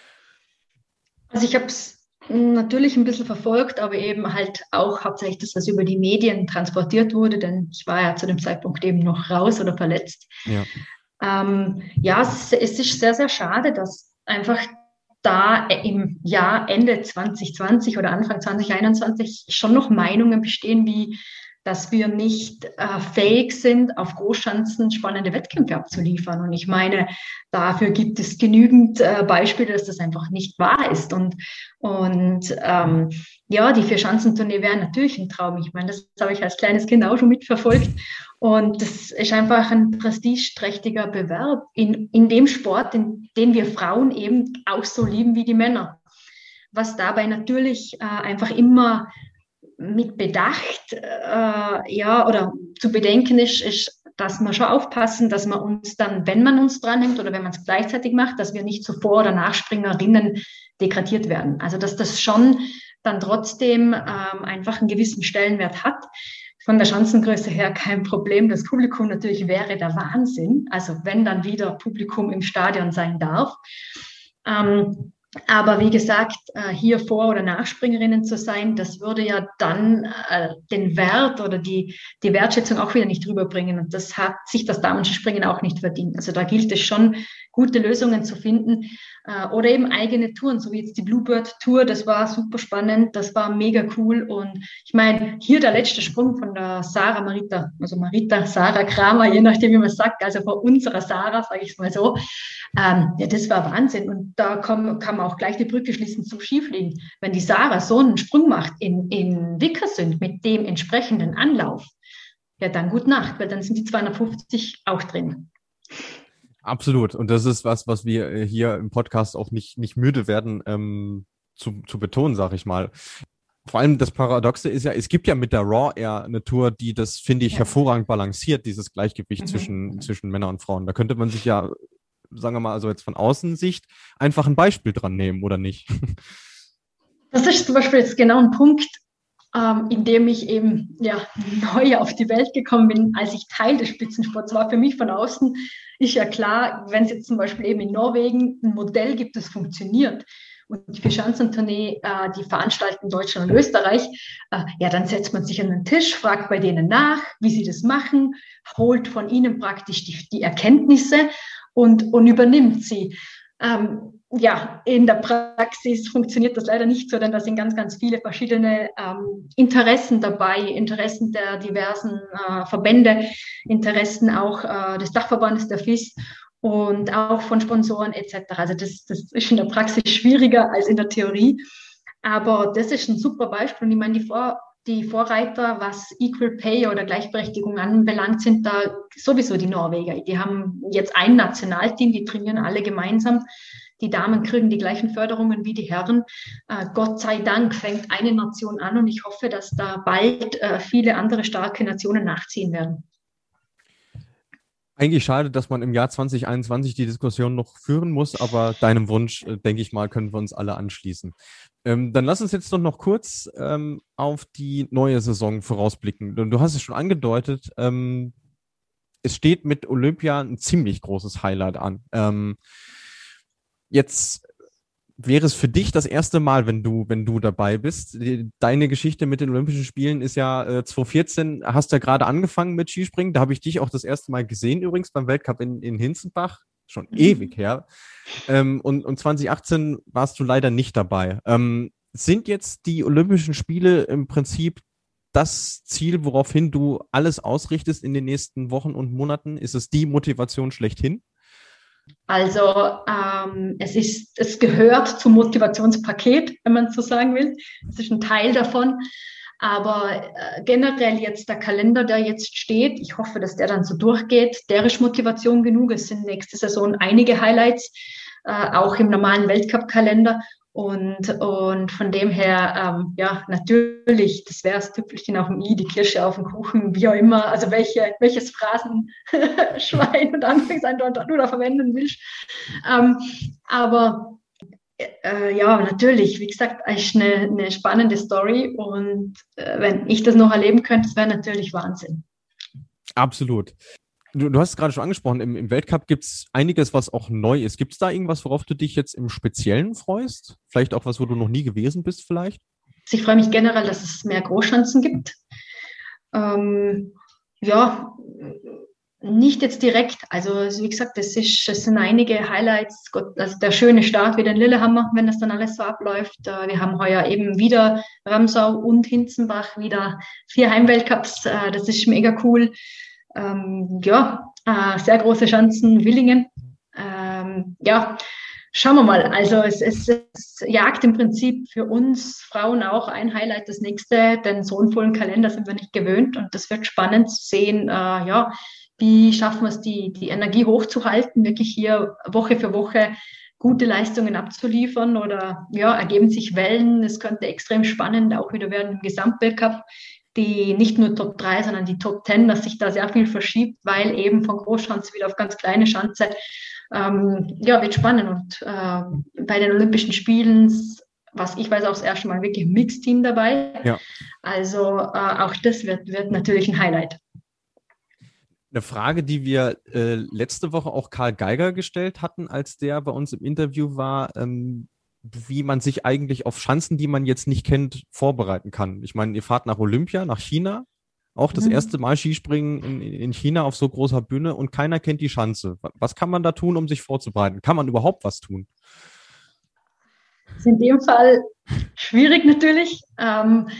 Also ich habe es natürlich ein bisschen verfolgt, aber eben halt auch hauptsächlich das, was über die Medien transportiert wurde, denn ich war ja zu dem Zeitpunkt eben noch raus oder verletzt. Ja, ähm, ja es, es ist sehr, sehr schade, dass einfach da im Jahr Ende zwanzig zwanzig oder Anfang zwanzig einundzwanzig schon noch Meinungen bestehen, wie dass wir nicht äh, fähig sind, auf Großschanzen spannende Wettkämpfe abzuliefern. Und ich meine, dafür gibt es genügend äh, Beispiele, dass das einfach nicht wahr ist. Und, und ähm, ja, die Vierschanzentournee wäre natürlich ein Traum. Ich meine, das habe ich als kleines Kind auch schon mitverfolgt. Und das ist einfach ein prestigeträchtiger Bewerb in, in dem Sport, in, den wir Frauen eben auch so lieben wie die Männer. Was dabei natürlich äh, einfach immer mit Bedacht, äh, ja, oder zu bedenken ist, ist, dass wir schon aufpassen, dass man uns dann, wenn man uns dranhängt oder wenn man es gleichzeitig macht, dass wir nicht zu Vor- oder Nachspringerinnen degradiert werden. Also, dass das schon dann trotzdem ähm, einfach einen gewissen Stellenwert hat. Von der Schanzengröße her kein Problem. Das Publikum natürlich wäre der Wahnsinn. Also, wenn dann wieder Publikum im Stadion sein darf. Ähm, Aber wie gesagt, hier Vor- oder Nachspringerinnen zu sein, das würde ja dann den Wert oder die, die Wertschätzung auch wieder nicht rüberbringen. Und das hat sich das Damenspringen auch nicht verdient. Also da gilt es schon, gute Lösungen zu finden äh, oder eben eigene Touren, so wie jetzt die Bluebird Tour, das war super spannend, das war mega cool und ich meine, hier der letzte Sprung von der Sarah Marita, also Marita, Sarah Kramer, je nachdem, wie man sagt, also von unserer Sarah, sage ich es mal so, ähm, ja, das war Wahnsinn und da kann, kann man auch gleich die Brücke schließen zum Skifliegen. Wenn die Sarah so einen Sprung macht in, in Vikersund mit dem entsprechenden Anlauf, ja, dann gute Nacht, weil dann sind die zweihundertfünfzig auch drin. Absolut. Und das ist was, was wir hier im Podcast auch nicht, nicht müde werden ähm, zu, zu betonen, sag ich mal. Vor allem das Paradoxe ist ja, es gibt ja mit der Raw Air eine Tour, die das, finde ich, ja. hervorragend balanciert, dieses Gleichgewicht mhm. zwischen, zwischen Männern und Frauen. Da könnte man sich ja, sagen wir mal, also jetzt von Außensicht einfach ein Beispiel dran nehmen, oder nicht? Das ist zum Beispiel jetzt genau ein Punkt, Ähm, in dem ich eben ja, neu auf die Welt gekommen bin, als ich Teil des Spitzensports war. Für mich von außen ist ja klar, wenn es jetzt zum Beispiel eben in Norwegen ein Modell gibt, das funktioniert und die Vierschanzentournee, äh, die veranstalten in Deutschland und Österreich, äh, ja, dann setzt man sich an den Tisch, fragt bei denen nach, wie sie das machen, holt von ihnen praktisch die, die Erkenntnisse und, und übernimmt sie. Ähm, ja, in der Praxis funktioniert das leider nicht so, denn da sind ganz, ganz viele verschiedene ähm, Interessen dabei, Interessen der diversen äh, Verbände, Interessen auch äh, des Dachverbandes der F I S und auch von Sponsoren et cetera. Also das, das ist in der Praxis schwieriger als in der Theorie, aber das ist ein super Beispiel und ich meine, die Vor Die Vorreiter, was Equal Pay oder Gleichberechtigung anbelangt, sind da sowieso die Norweger. Die haben jetzt ein Nationalteam, die trainieren alle gemeinsam. Die Damen kriegen die gleichen Förderungen wie die Herren. Äh, Gott sei Dank fängt eine Nation an und ich hoffe, dass da bald äh, viele andere starke Nationen nachziehen werden. Eigentlich schade, dass man im Jahr zwanzig einundzwanzig die Diskussion noch führen muss, aber deinem Wunsch, äh, denke ich mal, können wir uns alle anschließen. Ähm, dann lass uns jetzt doch noch kurz ähm, auf die neue Saison vorausblicken. Du, du hast es schon angedeutet, ähm, es steht mit Olympia ein ziemlich großes Highlight an. Ähm, jetzt wäre es für dich das erste Mal, wenn du, wenn du dabei bist. Deine Geschichte mit den Olympischen Spielen ist ja äh, zwanzig vierzehn, hast ja gerade angefangen mit Skispringen. Da habe ich dich auch das erste Mal gesehen, übrigens beim Weltcup in, in Hinzenbach. Schon mhm. ewig her. Ähm, und, und zwanzig achtzehn warst du leider nicht dabei. Ähm, sind jetzt die Olympischen Spiele im Prinzip das Ziel, woraufhin du alles ausrichtest in den nächsten Wochen und Monaten? Ist es die Motivation schlechthin? Also ähm, es ist, es gehört zum Motivationspaket, wenn man so sagen will. Es ist ein Teil davon. Aber äh, generell jetzt der Kalender, der jetzt steht, ich hoffe, dass der dann so durchgeht, der ist Motivation genug. Es sind nächste Saison einige Highlights, äh, auch im normalen Weltcup-Kalender. Und, und von dem her, ähm, ja, natürlich, das wäre das Tüpfelchen auf dem i, die Kirsche auf dem Kuchen, wie auch immer, also welche, welches Phrasenschwein und Anführungszeichen du da verwenden willst. Ähm, aber äh, ja, natürlich, wie gesagt, ist eine, eine spannende Story und äh, wenn ich das noch erleben könnte, das wäre natürlich Wahnsinn. Absolut. Du, du hast es gerade schon angesprochen, im, im Weltcup gibt es einiges, was auch neu ist. Gibt es da irgendwas, worauf du dich jetzt im Speziellen freust? Vielleicht auch was, wo du noch nie gewesen bist vielleicht? Ich freue mich generell, dass es mehr Großschanzen gibt. Ähm, ja, nicht jetzt direkt. Also wie gesagt, es, ist, es sind einige Highlights. Gott, also der schöne Start wieder in Lillehammer, wenn das dann alles so abläuft. Wir haben heuer eben wieder Ramsau und Hinzenbach, wieder vier Heimweltcups. Das ist mega cool. Ähm, ja, äh, sehr große Chancen, Willingen. Ähm, ja, schauen wir mal. Also es, es, es jagt im Prinzip für uns Frauen auch ein Highlight das nächste, denn so einen vollen Kalender sind wir nicht gewöhnt und das wird spannend zu sehen, äh, ja, wie schaffen wir es, die, die Energie hochzuhalten, wirklich hier Woche für Woche gute Leistungen abzuliefern oder ja, ergeben sich Wellen. Es könnte extrem spannend auch wieder werden im Gesamtweltcup. Die nicht nur Top drei, sondern die Top zehn, dass sich da sehr viel verschiebt, weil eben von Großschanze wieder auf ganz kleine Schanze. Ähm, ja, wird spannend. Und äh, bei den Olympischen Spielen, was ich weiß, auch das erste Mal wirklich ein Mixteam dabei. Ja. Also äh, auch das wird, wird natürlich ein Highlight. Eine Frage, die wir äh, letzte Woche auch Karl Geiger gestellt hatten, als der bei uns im Interview war, ähm, wie man sich eigentlich auf Schanzen, die man jetzt nicht kennt, vorbereiten kann. Ich meine, ihr fahrt nach Olympia, nach China Auch das Mhm. erste Mal Skispringen in, in China auf so großer Bühne und keiner kennt die Schanze. Was kann man da tun, um sich vorzubereiten? Kann man überhaupt was tun? Das ist in dem Fall schwierig natürlich. Ähm,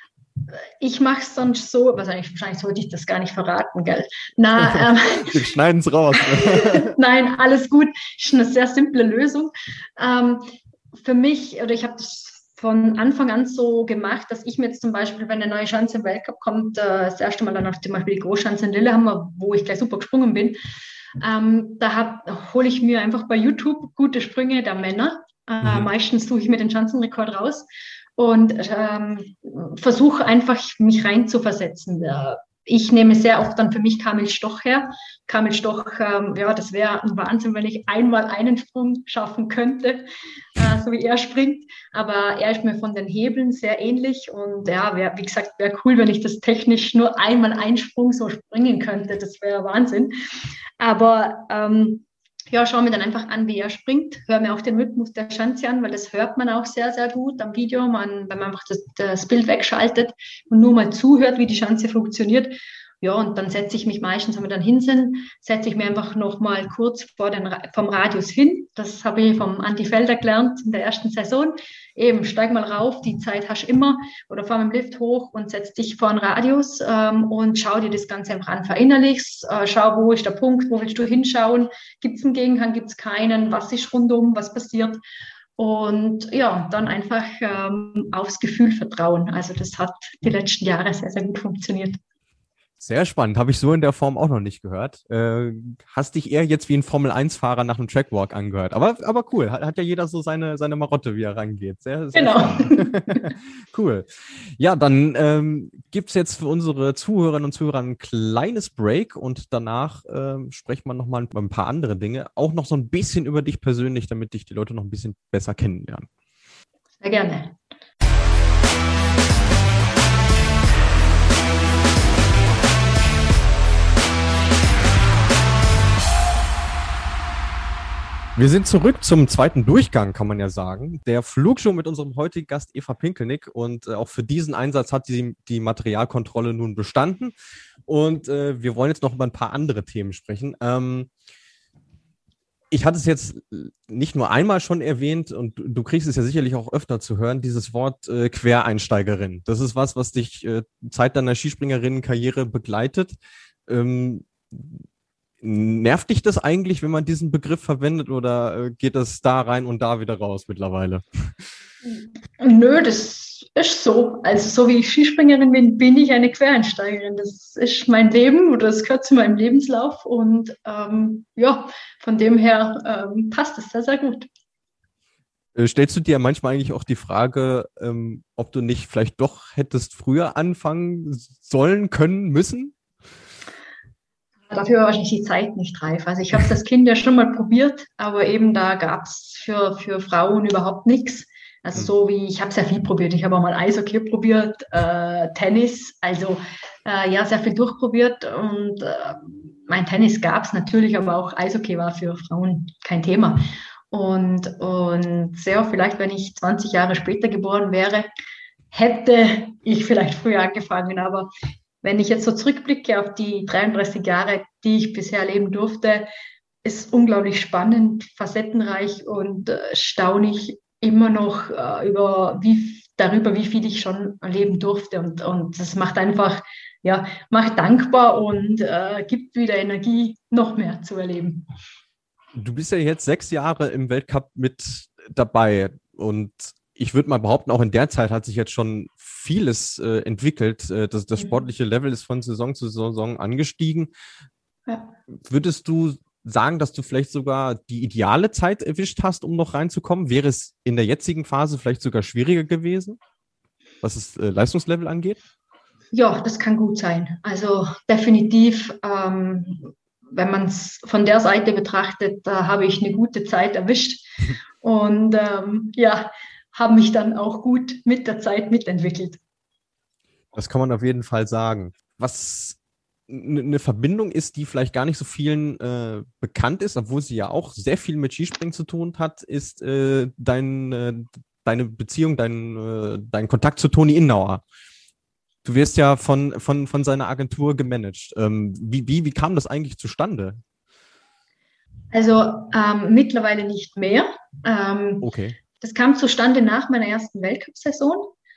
ich mache es sonst so, wahrscheinlich, wahrscheinlich sollte ich das gar nicht verraten, gell? Na, ähm, Wir schneiden es raus. Nein, alles gut. Ist eine sehr simple Lösung. Ähm, für mich, oder ich habe das von Anfang an so gemacht, dass ich mir jetzt zum Beispiel, wenn eine neue Schanze im Weltcup kommt, äh, das erste Mal dann auch zum Beispiel die Großschanze in Lillehammer, wo ich gleich super gesprungen bin, ähm, da hole ich mir einfach bei YouTube gute Sprünge der Männer. Äh, Mhm. Meistens suche ich mir den Schanzenrekord raus und ähm, versuche einfach, mich reinzuversetzen. Äh, ich nehme sehr oft dann für mich Kamil Stoch her. Kamil Stoch, ähm, ja, das wäre ein Wahnsinn, wenn ich einmal einen Sprung schaffen könnte, äh, so wie er springt. Aber er ist mir von den Hebeln sehr ähnlich und ja, wär, wie gesagt, wäre cool, wenn ich das technisch nur einmal einen Sprung so springen könnte. Das wäre Wahnsinn. Aber ähm, ja, schau mir dann einfach an, wie er springt. Hör mir auch den Rhythmus der Schanze an, weil das hört man auch sehr, sehr gut am Video, man, wenn man einfach das, das Bild wegschaltet und nur mal zuhört, wie die Schanze funktioniert. Ja, und dann setze ich mich meistens, wenn wir dann hin sind, setze ich mir einfach noch mal kurz vor den, vom Radius hin. Das habe ich vom Andi Felder gelernt in der ersten Saison. Eben, steig mal rauf, die Zeit hast du immer, oder fahr mit dem Lift hoch und setz dich vor den Radius ähm, und schau dir das Ganze einfach an, verinnerlichst, äh, schau, wo ist der Punkt, wo willst du hinschauen, gibt es einen Gegenhang, gibt es keinen, was ist rundum, was passiert. Und ja, dann einfach ähm, aufs Gefühl vertrauen. Also das hat die letzten Jahre sehr, sehr gut funktioniert. Sehr spannend, habe ich so in der Form auch noch nicht gehört. Äh, hast dich eher jetzt wie ein Formel eins Fahrer nach einem Trackwalk angehört. Aber, aber cool, hat, hat ja jeder so seine, seine Marotte, wie er rangeht. Sehr, sehr Genau. Cool. Ja, dann ähm, gibt es jetzt für unsere Zuhörerinnen und Zuhörer ein kleines Break und danach ähm, sprechen wir nochmal über ein paar andere Dinge. Auch noch so ein bisschen über dich persönlich, damit dich die Leute noch ein bisschen besser kennenlernen. Sehr gerne. Wir sind zurück zum zweiten Durchgang, kann man ja sagen. Der Flugshow mit unserem heutigen Gast Eva Pinkelnick. Und äh, auch für diesen Einsatz hat sie die Materialkontrolle nun bestanden. Und äh, wir wollen jetzt noch über ein paar andere Themen sprechen. Ähm, ich hatte es jetzt nicht nur einmal schon erwähnt und du kriegst es ja sicherlich auch öfter zu hören, dieses Wort äh, Quereinsteigerin. Das ist was, was dich äh, Zeit deiner Skispringerinnenkarriere begleitet. Ähm, Nervt dich das eigentlich, wenn man diesen Begriff verwendet oder äh, geht das da rein und da wieder raus mittlerweile? Nö, das ist so. Also so wie ich Skispringerin bin, bin ich eine Quereinsteigerin. Das ist mein Leben oder das gehört zu meinem Lebenslauf und ähm, ja, von dem her ähm, passt es sehr, sehr gut. Äh, stellst du dir manchmal eigentlich auch die Frage, ähm, ob du nicht vielleicht doch hättest früher anfangen sollen, können, müssen? Dafür war wahrscheinlich die Zeit nicht reif. Also ich habe es als Kind ja schon mal probiert, aber eben da gab es für, für Frauen überhaupt nichts. Also so wie, ich habe sehr viel probiert. Ich habe auch mal Eishockey probiert, äh, Tennis, also äh, ja, sehr viel durchprobiert. Und äh, mein Tennis gab es natürlich, aber auch Eishockey war für Frauen kein Thema. Und, und sehr vielleicht, wenn ich zwanzig Jahre später geboren wäre, hätte ich vielleicht früher angefangen, aber wenn ich jetzt so zurückblicke auf die dreiunddreißig Jahre, die ich bisher leben durfte, ist unglaublich spannend, facettenreich und äh, staune ich immer noch äh, über wie, darüber, wie viel ich schon erleben durfte. Und, und das macht einfach, ja, macht dankbar und äh, gibt wieder Energie, noch mehr zu erleben. Du bist ja jetzt sechs Jahre im Weltcup mit dabei und ich würde mal behaupten, auch in der Zeit hat sich jetzt schon vieles äh, entwickelt. Äh, das, das sportliche Level ist von Saison zu Saison angestiegen. Ja. Würdest du sagen, dass du vielleicht sogar die ideale Zeit erwischt hast, um noch reinzukommen? Wäre es in der jetzigen Phase vielleicht sogar schwieriger gewesen, was das äh, Leistungslevel angeht? Ja, das kann gut sein. Also definitiv, ähm, wenn man es von der Seite betrachtet, da habe ich eine gute Zeit erwischt. Und ähm, ja, haben mich dann auch gut mit der Zeit mitentwickelt. Das kann man auf jeden Fall sagen. Was eine Verbindung ist, die vielleicht gar nicht so vielen äh, bekannt ist, obwohl sie ja auch sehr viel mit Skispringen zu tun hat, ist äh, dein, äh, deine Beziehung, dein, äh, dein Kontakt zu Toni Innauer. Du wirst ja von, von, von seiner Agentur gemanagt. Ähm, wie, wie, wie kam das eigentlich zustande? Also ähm, mittlerweile nicht mehr. Ähm, Okay. das kam zustande nach meiner ersten Weltcup-Saison.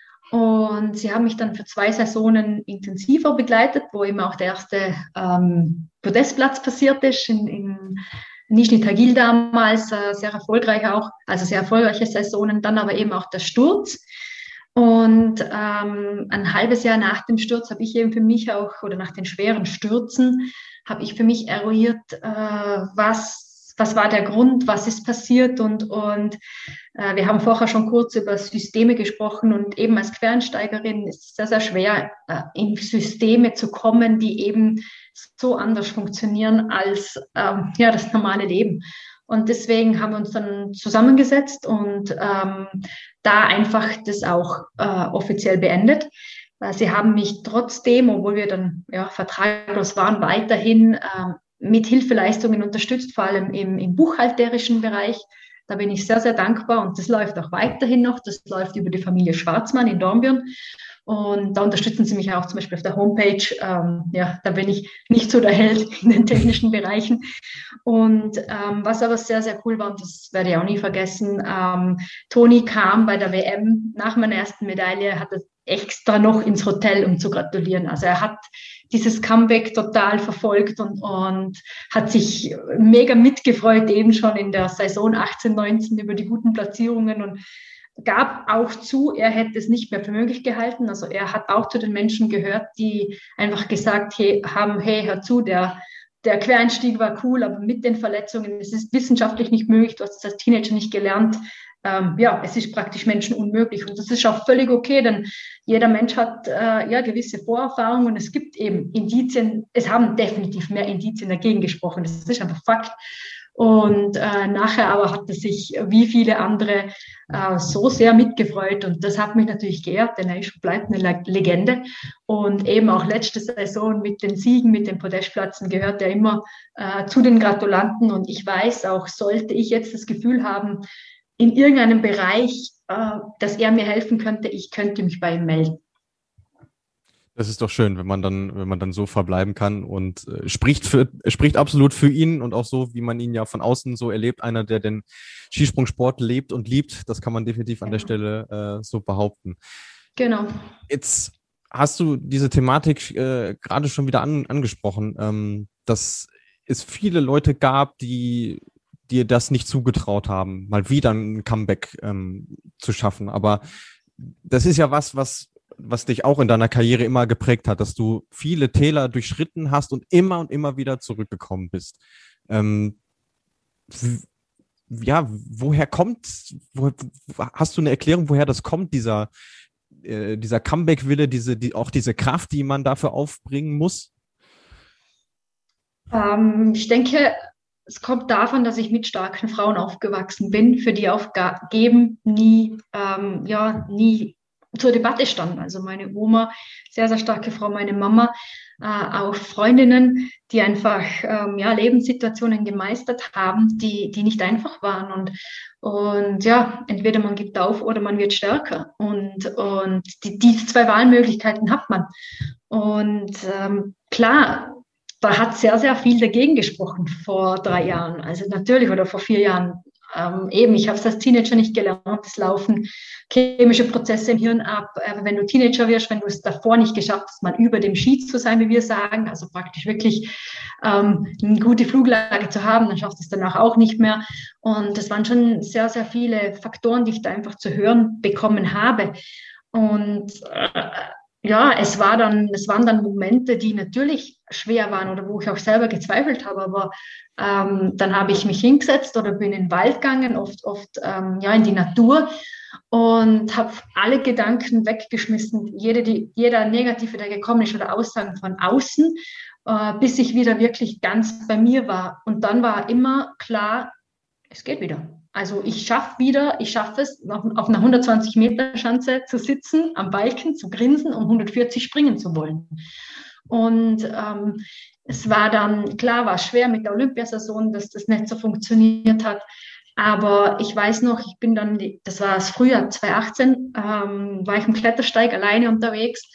Und sie haben mich dann für zwei Saisonen intensiver begleitet, wo eben auch der erste ähm, Podestplatz passiert ist in, in Nizhny Tagil damals, äh, sehr erfolgreich auch, also sehr erfolgreiche Saisonen, dann aber eben auch der Sturz. Und ähm, ein halbes Jahr nach dem Sturz habe ich eben für mich auch, oder nach den schweren Stürzen, habe ich für mich eruiert, äh, was, was war der Grund, was ist passiert. Und, und äh, wir haben vorher schon kurz über Systeme gesprochen und eben als Quereinsteigerin ist es sehr, sehr schwer, äh, in Systeme zu kommen, die eben so anders funktionieren als ähm, ja, das normale Leben. Und deswegen haben wir uns dann zusammengesetzt und ähm, da einfach das auch äh, offiziell beendet. Sie haben mich trotzdem, obwohl wir dann ja, vertraglos waren, weiterhin äh, mit Hilfeleistungen unterstützt, vor allem im, im buchhalterischen Bereich. Da bin ich sehr, sehr dankbar und das läuft auch weiterhin noch. Das läuft über die Familie Schwarzmann in Dornbirn. Und da unterstützen sie mich auch zum Beispiel auf der Homepage. Ähm, ja, da bin ich nicht so der Held in den technischen Bereichen. Und ähm, was aber sehr, sehr cool war, und das werde ich auch nie vergessen, ähm, Toni kam bei der W M nach meiner ersten Medaille, hat er extra noch ins Hotel, um zu gratulieren. Also er hat dieses Comeback total verfolgt und, und hat sich mega mitgefreut, eben schon in der Saison achtzehn, neunzehn über die guten Platzierungen und gab auch zu, er hätte es nicht mehr für möglich gehalten. Also er hat auch zu den Menschen gehört, die einfach gesagt hey, haben, hey, hör zu, der, der Quereinstieg war cool, aber mit den Verletzungen, es ist wissenschaftlich nicht möglich, du hast es als Teenager nicht gelernt. Ähm, ja, es ist praktisch Menschen unmöglich. Und das ist auch völlig okay, denn jeder Mensch hat äh, ja gewisse Vorerfahrungen und es gibt eben Indizien, es haben definitiv mehr Indizien dagegen gesprochen. Das ist einfach Fakt. Und äh, nachher aber hat er sich wie viele andere äh, so sehr mitgefreut und das hat mich natürlich geehrt, denn er ist, bleibt eine Legende und eben auch letzte Saison mit den Siegen, mit den Podestplätzen gehört er immer äh, zu den Gratulanten und ich weiß auch, sollte ich jetzt das Gefühl haben, in irgendeinem Bereich, äh, dass er mir helfen könnte, ich könnte mich bei ihm melden. Das ist doch schön, wenn man dann, wenn man dann so verbleiben kann und äh, spricht für, spricht absolut für ihn und auch so, wie man ihn ja von außen so erlebt, einer, der den Skisprungsport lebt und liebt. Das kann man definitiv an der Stelle äh, so behaupten. Genau. Jetzt hast du diese Thematik äh, gerade schon wieder an, angesprochen, ähm, dass es viele Leute gab, die dir das nicht zugetraut haben, mal wieder ein Comeback ähm, zu schaffen. Aber das ist ja was, was was dich auch in deiner Karriere immer geprägt hat, dass du viele Täler durchschritten hast und immer und immer wieder zurückgekommen bist. Ähm, w- ja, woher kommt, wo, hast du eine Erklärung, woher das kommt, dieser, äh, dieser Comeback-Wille, diese, die, auch diese Kraft, die man dafür aufbringen muss? Ähm, ich denke, es kommt davon, dass ich mit starken Frauen aufgewachsen bin, für die Aufgaben nie, ähm, ja, nie zur Debatte standen. Also meine Oma, sehr, sehr starke Frau, meine Mama, äh, auch Freundinnen, die einfach ähm, ja, Lebenssituationen gemeistert haben, die, die nicht einfach waren. Und, und ja, entweder man gibt auf oder man wird stärker. Und, und die, diese zwei Wahlmöglichkeiten hat man. Und ähm, klar, da hat sehr, sehr viel dagegen gesprochen vor drei Jahren. Also natürlich, oder vor vier Jahren. Ähm, eben, ich habe es als Teenager nicht gelernt, es laufen chemische Prozesse im Hirn ab. Äh, wenn du Teenager wirst, wenn du es davor nicht geschafft hast, mal über dem Ski zu sein, wie wir sagen, also praktisch wirklich ähm, eine gute Fluglage zu haben, dann schaffst du es danach auch nicht mehr. Und das waren schon sehr, sehr viele Faktoren, die ich da einfach zu hören bekommen habe. Und äh, ja, es war dann, es waren dann Momente, die natürlich schwer waren oder wo ich auch selber gezweifelt habe, aber ähm, dann habe ich mich hingesetzt oder bin in den Wald gegangen, oft, oft ähm, ja, in die Natur und habe alle Gedanken weggeschmissen, jede, die, jeder Negative, der gekommen ist oder Aussagen von außen, äh, bis ich wieder wirklich ganz bei mir war. Und dann war immer klar, es geht wieder. Also ich schaffe wieder, ich schaffe es, auf einer hundertzwanzig Meter Schanze zu sitzen, am Balken zu grinsen, um hundertvierzig springen zu wollen. Und ähm, es war dann, klar, war schwer mit der Olympiasaison, dass das nicht so funktioniert hat. Aber ich weiß noch, ich bin dann, das war das Frühjahr zwanzig achtzehn, ähm, war ich im Klettersteig alleine unterwegs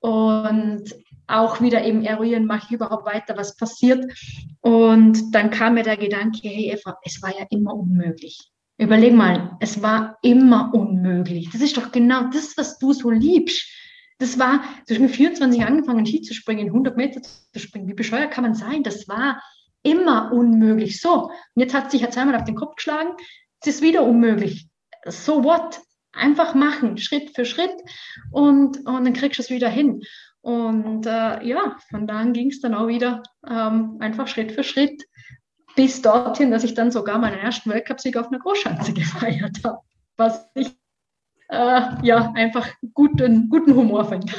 und auch wieder eben eruieren, mache ich überhaupt weiter, was passiert. Und dann kam mir der Gedanke, hey Eva, es war ja immer unmöglich. Überleg mal, es war immer unmöglich. Das ist doch genau das, was du so liebst. Das war, du hast mit vierundzwanzig angefangen, Ski zu springen, hundert Meter zu springen. Wie bescheuert kann man sein? Das war immer unmöglich. So, und jetzt hat sich ja zweimal auf den Kopf geschlagen, es ist wieder unmöglich. So what? Einfach machen, Schritt für Schritt, und, und dann kriegst du es wieder hin. Und äh, ja, von da an ging es dann auch wieder ähm, einfach Schritt für Schritt bis dorthin, dass ich dann sogar meinen ersten Weltcupsieg auf einer Großschanze gefeiert habe, was ich äh, ja einfach guten, guten Humor finde.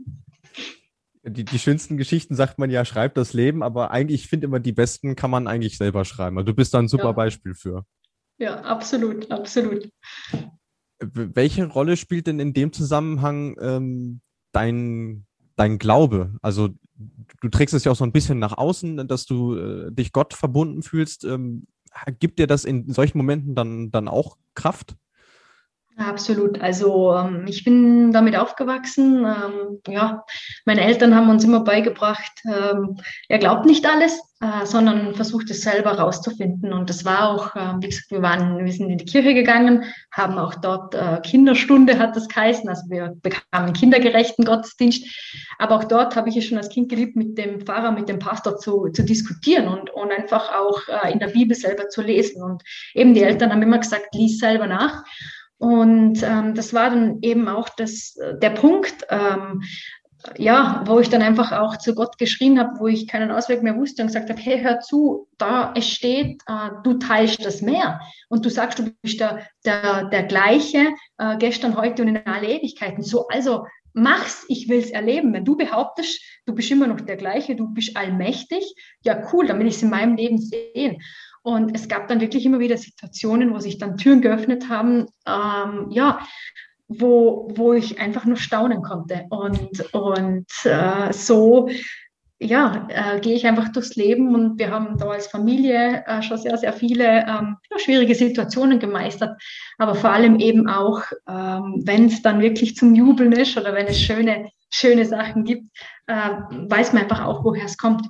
Die, die schönsten Geschichten, sagt man ja, schreibt das Leben, aber eigentlich, ich finde immer, die besten kann man eigentlich selber schreiben. Also du bist da ein super Ja. Beispiel für. Ja, absolut, absolut. Welche Rolle spielt denn in dem Zusammenhang ähm, dein, dein Glaube? Also du trägst es ja auch so ein bisschen nach außen, dass du äh, dich Gott verbunden fühlst. Ähm, gibt dir das in solchen Momenten dann, dann auch Kraft? Absolut. Also ähm, ich bin damit aufgewachsen. Ähm, ja, meine Eltern haben uns immer beigebracht, ähm, er glaubt nicht alles, äh, sondern versucht es selber rauszufinden. Und das war auch, ähm, wie gesagt, wir waren, wir sind in die Kirche gegangen, haben auch dort äh, Kinderstunde, hat das geheißen. Also wir bekamen einen kindergerechten Gottesdienst. Aber auch dort habe ich es schon als Kind geliebt, mit dem Pfarrer, mit dem Pastor zu, zu diskutieren und, und einfach auch äh, in der Bibel selber zu lesen. Und eben die Eltern haben immer gesagt, lies selber nach. Und ähm, das war dann eben auch das, der Punkt, ähm, ja, wo ich dann einfach auch zu Gott geschrien habe, wo ich keinen Ausweg mehr wusste und gesagt habe, hey, hör zu, da es steht, äh, du teilst das Meer und du sagst, du bist der, der, der gleiche äh, gestern, heute und in alle Ewigkeiten. So, also mach's, ich will's erleben. Wenn du behauptest, du bist immer noch der gleiche, du bist allmächtig, ja cool, dann will ich es in meinem Leben sehen. Und es gab dann wirklich immer wieder Situationen, wo sich dann Türen geöffnet haben, ähm, ja, wo, wo ich einfach nur staunen konnte. Und, und äh, so, ja, äh, gehe ich einfach durchs Leben, und wir haben da als Familie äh, schon sehr, sehr viele ähm, ja, schwierige Situationen gemeistert, aber vor allem eben auch, ähm, wenn es dann wirklich zum Jubeln ist oder wenn es schöne, schöne Sachen gibt, äh, weiß man einfach auch, woher es kommt.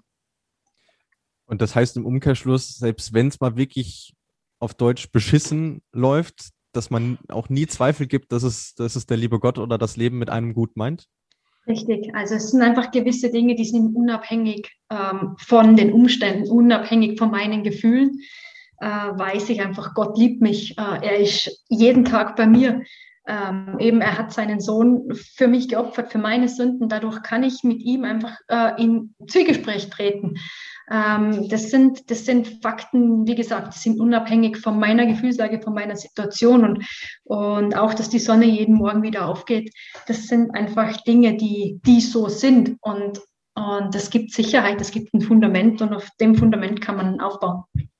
Und das heißt im Umkehrschluss, selbst wenn es mal wirklich auf Deutsch beschissen läuft, dass man auch nie Zweifel gibt, dass es, dass es der liebe Gott oder das Leben mit einem gut meint? Richtig, also es sind einfach gewisse Dinge, die sind unabhängig ähm, von den Umständen, unabhängig von meinen Gefühlen. Äh, weiß ich einfach, Gott liebt mich, äh, er ist jeden Tag bei mir. Ähm, eben, er hat seinen Sohn für mich geopfert, für meine Sünden. Dadurch kann ich mit ihm einfach äh, in Zwiegespräch treten. Ähm, das sind, das sind Fakten, wie gesagt, die sind unabhängig von meiner Gefühlslage, von meiner Situation, und, und auch, dass die Sonne jeden Morgen wieder aufgeht. Das sind einfach Dinge, die, die so sind, und, und das gibt Sicherheit, es gibt ein Fundament, und auf dem Fundament kann man aufbauen.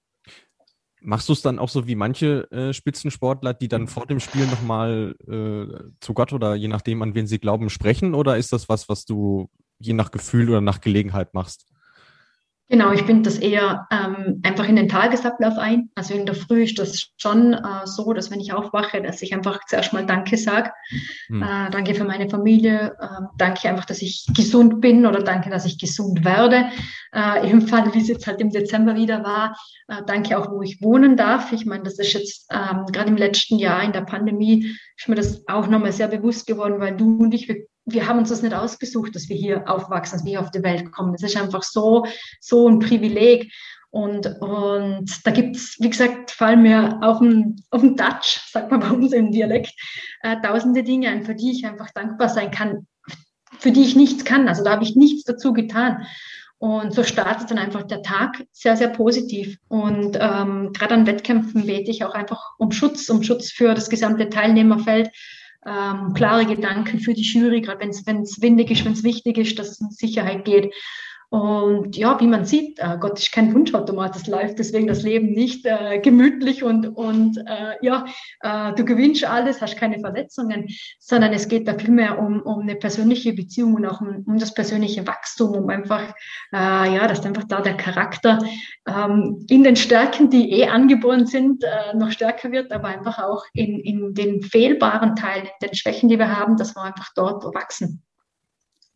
Machst du es dann auch so wie manche äh, Spitzensportler, die dann vor dem Spiel nochmal äh, zu Gott oder je nachdem, an wen sie glauben, sprechen? Oder ist das was, was du je nach Gefühl oder nach Gelegenheit machst? Genau, ich binde das eher ähm, einfach in den Tagesablauf ein. Also in der Früh ist das schon äh, so, dass wenn ich aufwache, dass ich einfach zuerst mal Danke sage. Hm. Äh, danke für meine Familie, äh, danke einfach, dass ich gesund bin, oder danke, dass ich gesund werde. Äh, Im Fall, wie es jetzt halt im Dezember wieder war, äh, danke auch, wo ich wohnen darf. Ich meine, das ist jetzt ähm, gerade im letzten Jahr in der Pandemie, ist mir das auch nochmal sehr bewusst geworden, weil du und ich, wir wir haben uns das nicht ausgesucht, dass wir hier aufwachsen, dass wir hier auf die Welt kommen. Das ist einfach so, so ein Privileg. Und, und da gibt es, wie gesagt, fallen mir auf dem, auf dem Dutch, sagt man bei uns im Dialekt, äh, tausende Dinge ein, für die ich einfach dankbar sein kann, für die ich nichts kann. Also da habe ich nichts dazu getan. Und so startet dann einfach der Tag sehr, sehr positiv. Und ähm, gerade an Wettkämpfen bete ich auch einfach um Schutz, um Schutz für das gesamte Teilnehmerfeld. Ähm, klare Gedanken für die Jury, gerade wenn es windig ist, wenn es wichtig ist, dass es um Sicherheit geht. Und ja, wie man sieht, äh, Gott ist kein Wunschautomat, das läuft deswegen das Leben nicht äh, gemütlich und, und äh, ja, äh, du gewinnst alles, hast keine Verletzungen, sondern es geht da vielmehr um, um eine persönliche Beziehung und auch um, um das persönliche Wachstum, um einfach, äh, ja, dass einfach da der Charakter ähm, in den Stärken, die eh angeboren sind, äh, noch stärker wird, aber einfach auch in, in den fehlbaren Teilen, in den Schwächen, die wir haben, dass wir einfach dort wachsen.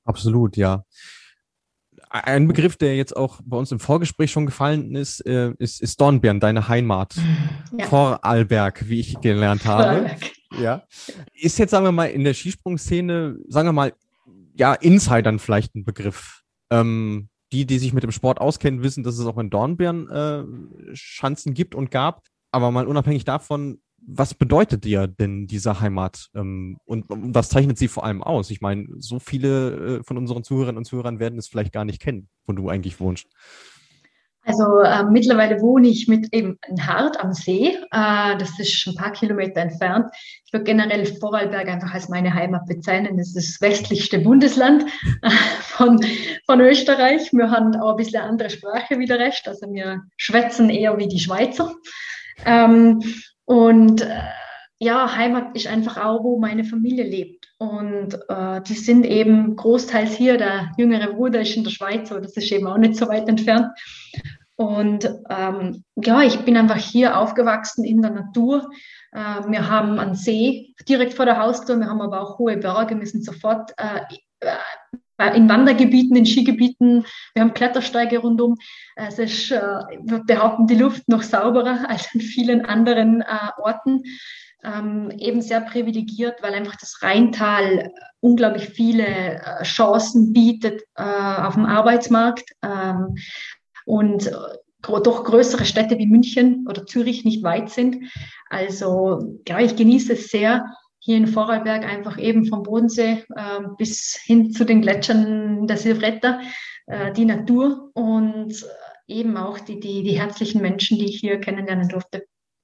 Absolut, ja. Ein Begriff, der jetzt auch bei uns im Vorgespräch schon gefallen ist, äh, ist, ist Dornbirn, deine Heimat. Ja. Vorarlberg, wie ich gelernt habe. Ja. Ist jetzt, sagen wir mal, in der Skisprungszene, sagen wir mal, ja, Insidern vielleicht ein Begriff. Ähm, die, die sich mit dem Sport auskennen, wissen, dass es auch in Dornbirn äh, Schanzen gibt und gab. Aber mal unabhängig davon, was bedeutet dir denn diese Heimat ähm, und, und was zeichnet sie vor allem aus? Ich meine, so viele äh, von unseren Zuhörerinnen und Zuhörern werden es vielleicht gar nicht kennen, wo du eigentlich wohnst. Also äh, mittlerweile wohne ich mit eben in Hart am See. Äh, das ist ein paar Kilometer entfernt. Ich würde generell Vorarlberg einfach als meine Heimat bezeichnen. Das ist das westlichste Bundesland äh, von, von Österreich. Wir haben auch ein bisschen andere Sprache wie der Rest. Also wir schwätzen eher wie die Schweizer. Ähm, und äh, ja, Heimat ist einfach auch, wo meine Familie lebt. Und äh, die sind eben großteils hier. Der jüngere Bruder ist in der Schweiz, aber das ist eben auch nicht so weit entfernt. Und ähm, ja, ich bin einfach hier aufgewachsen in der Natur. Äh, wir haben einen See direkt vor der Haustür, wir haben aber auch hohe Berge. Wir sind sofort äh, in Wandergebieten, in Skigebieten. Wir haben Klettersteige rundum. Es ist, äh, wir behaupten, die Luft noch sauberer als an vielen anderen äh, Orten. Ähm, eben sehr privilegiert, weil einfach das Rheintal unglaublich viele äh, Chancen bietet äh, auf dem Arbeitsmarkt. Ähm, und doch größere Städte wie München oder Zürich nicht weit sind. Also ja, ich genieße es sehr, hier in Vorarlberg einfach eben vom Bodensee äh, bis hin zu den Gletschern der Silvretta, äh, die Natur und eben auch die, die, die herzlichen Menschen, die ich hier kennenlernen durfte.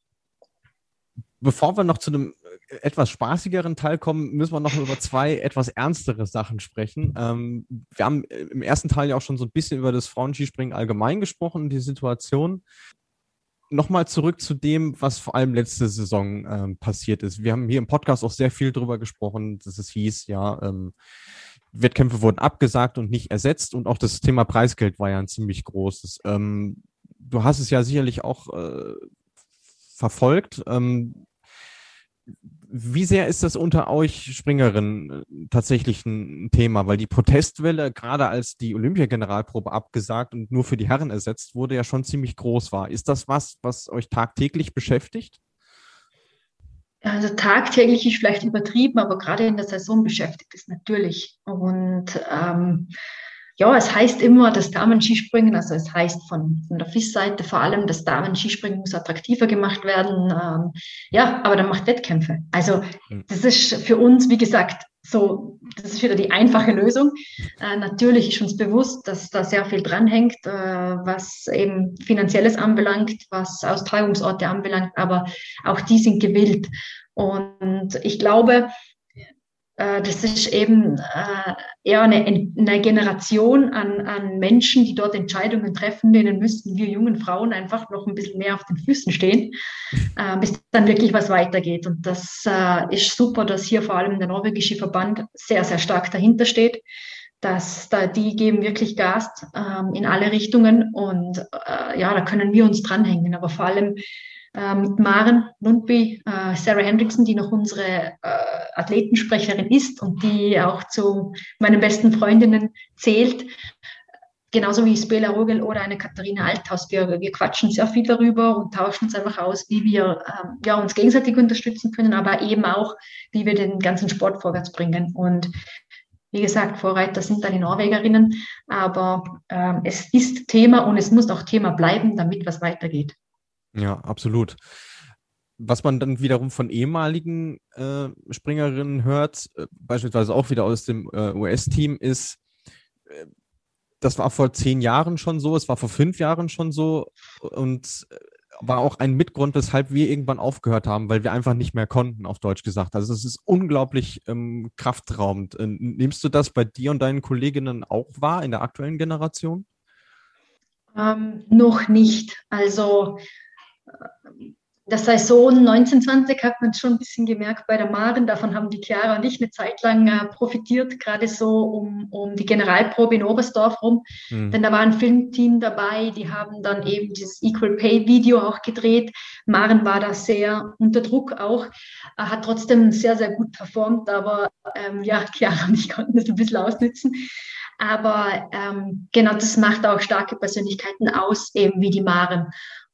Bevor wir noch zu einem etwas spaßigeren Teil kommen, müssen wir noch über zwei etwas ernstere Sachen sprechen. Ähm, wir haben im ersten Teil ja auch schon so ein bisschen über das Frauenskispringen allgemein gesprochen, die Situation. Nochmal zurück zu dem, was vor allem letzte Saison ähm, passiert ist. Wir haben hier im Podcast auch sehr viel drüber gesprochen, dass es hieß, ja, ähm, Wettkämpfe wurden abgesagt und nicht ersetzt und auch das Thema Preisgeld war ja ein ziemlich großes. Ähm, du hast es ja sicherlich auch äh, verfolgt. Ähm, Wie sehr ist das unter euch Springerinnen tatsächlich ein Thema? Weil die Protestwelle, gerade als die Olympia-Generalprobe abgesagt und nur für die Herren ersetzt wurde, ja schon ziemlich groß war. Ist das was, was euch tagtäglich beschäftigt? Also tagtäglich ist vielleicht übertrieben, aber gerade in der Saison beschäftigt es natürlich. Und ähm, ja, es heißt immer, das Damen-Skispringen, also es heißt von, von der F I S-Seite vor allem, das Damen-Skispringen muss attraktiver gemacht werden. Ähm, ja, aber dann macht Wettkämpfe. Also das ist für uns, wie gesagt, so, das ist wieder die einfache Lösung. Äh, natürlich ist uns bewusst, dass da sehr viel dranhängt, äh, was eben Finanzielles anbelangt, was Austragungsorte anbelangt, aber auch die sind gewillt. Und ich glaube, das ist eben äh, eher eine, eine Generation an, an Menschen, die dort Entscheidungen treffen, denen müssten wir jungen Frauen einfach noch ein bisschen mehr auf den Füßen stehen, äh, bis dann wirklich was weitergeht. Und das äh, ist super, dass hier vor allem der norwegische Verband sehr, sehr stark dahinter steht. Dass da, die geben wirklich Gas ähm, in alle Richtungen und äh, ja, da können wir uns dranhängen. Aber vor allem äh, mit Maren Lundby, äh, Sarah Hendrickson, die noch unsere äh, Athletensprecherin ist und die auch zu meinen besten Freundinnen zählt, genauso wie Spela Rogel oder eine Katharina Althaus. Wir, wir quatschen sehr viel darüber und tauschen uns einfach aus, wie wir ähm, ja, uns gegenseitig unterstützen können, aber eben auch, wie wir den ganzen Sport vorwärts bringen. Und wie gesagt, Vorreiter sind dann die Norwegerinnen, aber ähm, es ist Thema und es muss auch Thema bleiben, damit was weitergeht. Ja, absolut. Was man dann wiederum von ehemaligen äh, Springerinnen hört, äh, beispielsweise auch wieder aus dem äh, U S-Team, ist, äh, das war vor zehn Jahren schon so, es war vor fünf Jahren schon so und äh, war auch ein Mitgrund, weshalb wir irgendwann aufgehört haben, weil wir einfach nicht mehr konnten, auf Deutsch gesagt. Also es ist unglaublich ähm, kraftraubend. Äh, nimmst du das bei dir und deinen Kolleginnen auch wahr in der aktuellen Generation? Ähm, noch nicht. Also der Saison neunzehn zwanzig hat man es schon ein bisschen gemerkt bei der Maren. Davon haben die Chiara und ich eine Zeit lang äh, profitiert, gerade so um, um die Generalprobe in Oberstdorf rum. Mhm. Denn da war ein Filmteam dabei, die haben dann eben dieses Equal Pay Video auch gedreht. Maren war da sehr unter Druck auch, äh, hat trotzdem sehr, sehr gut performt, aber ähm, ja, Chiara und ich konnten das ein bisschen ausnützen. Aber ähm, genau das macht auch starke Persönlichkeiten aus, eben wie die Maren.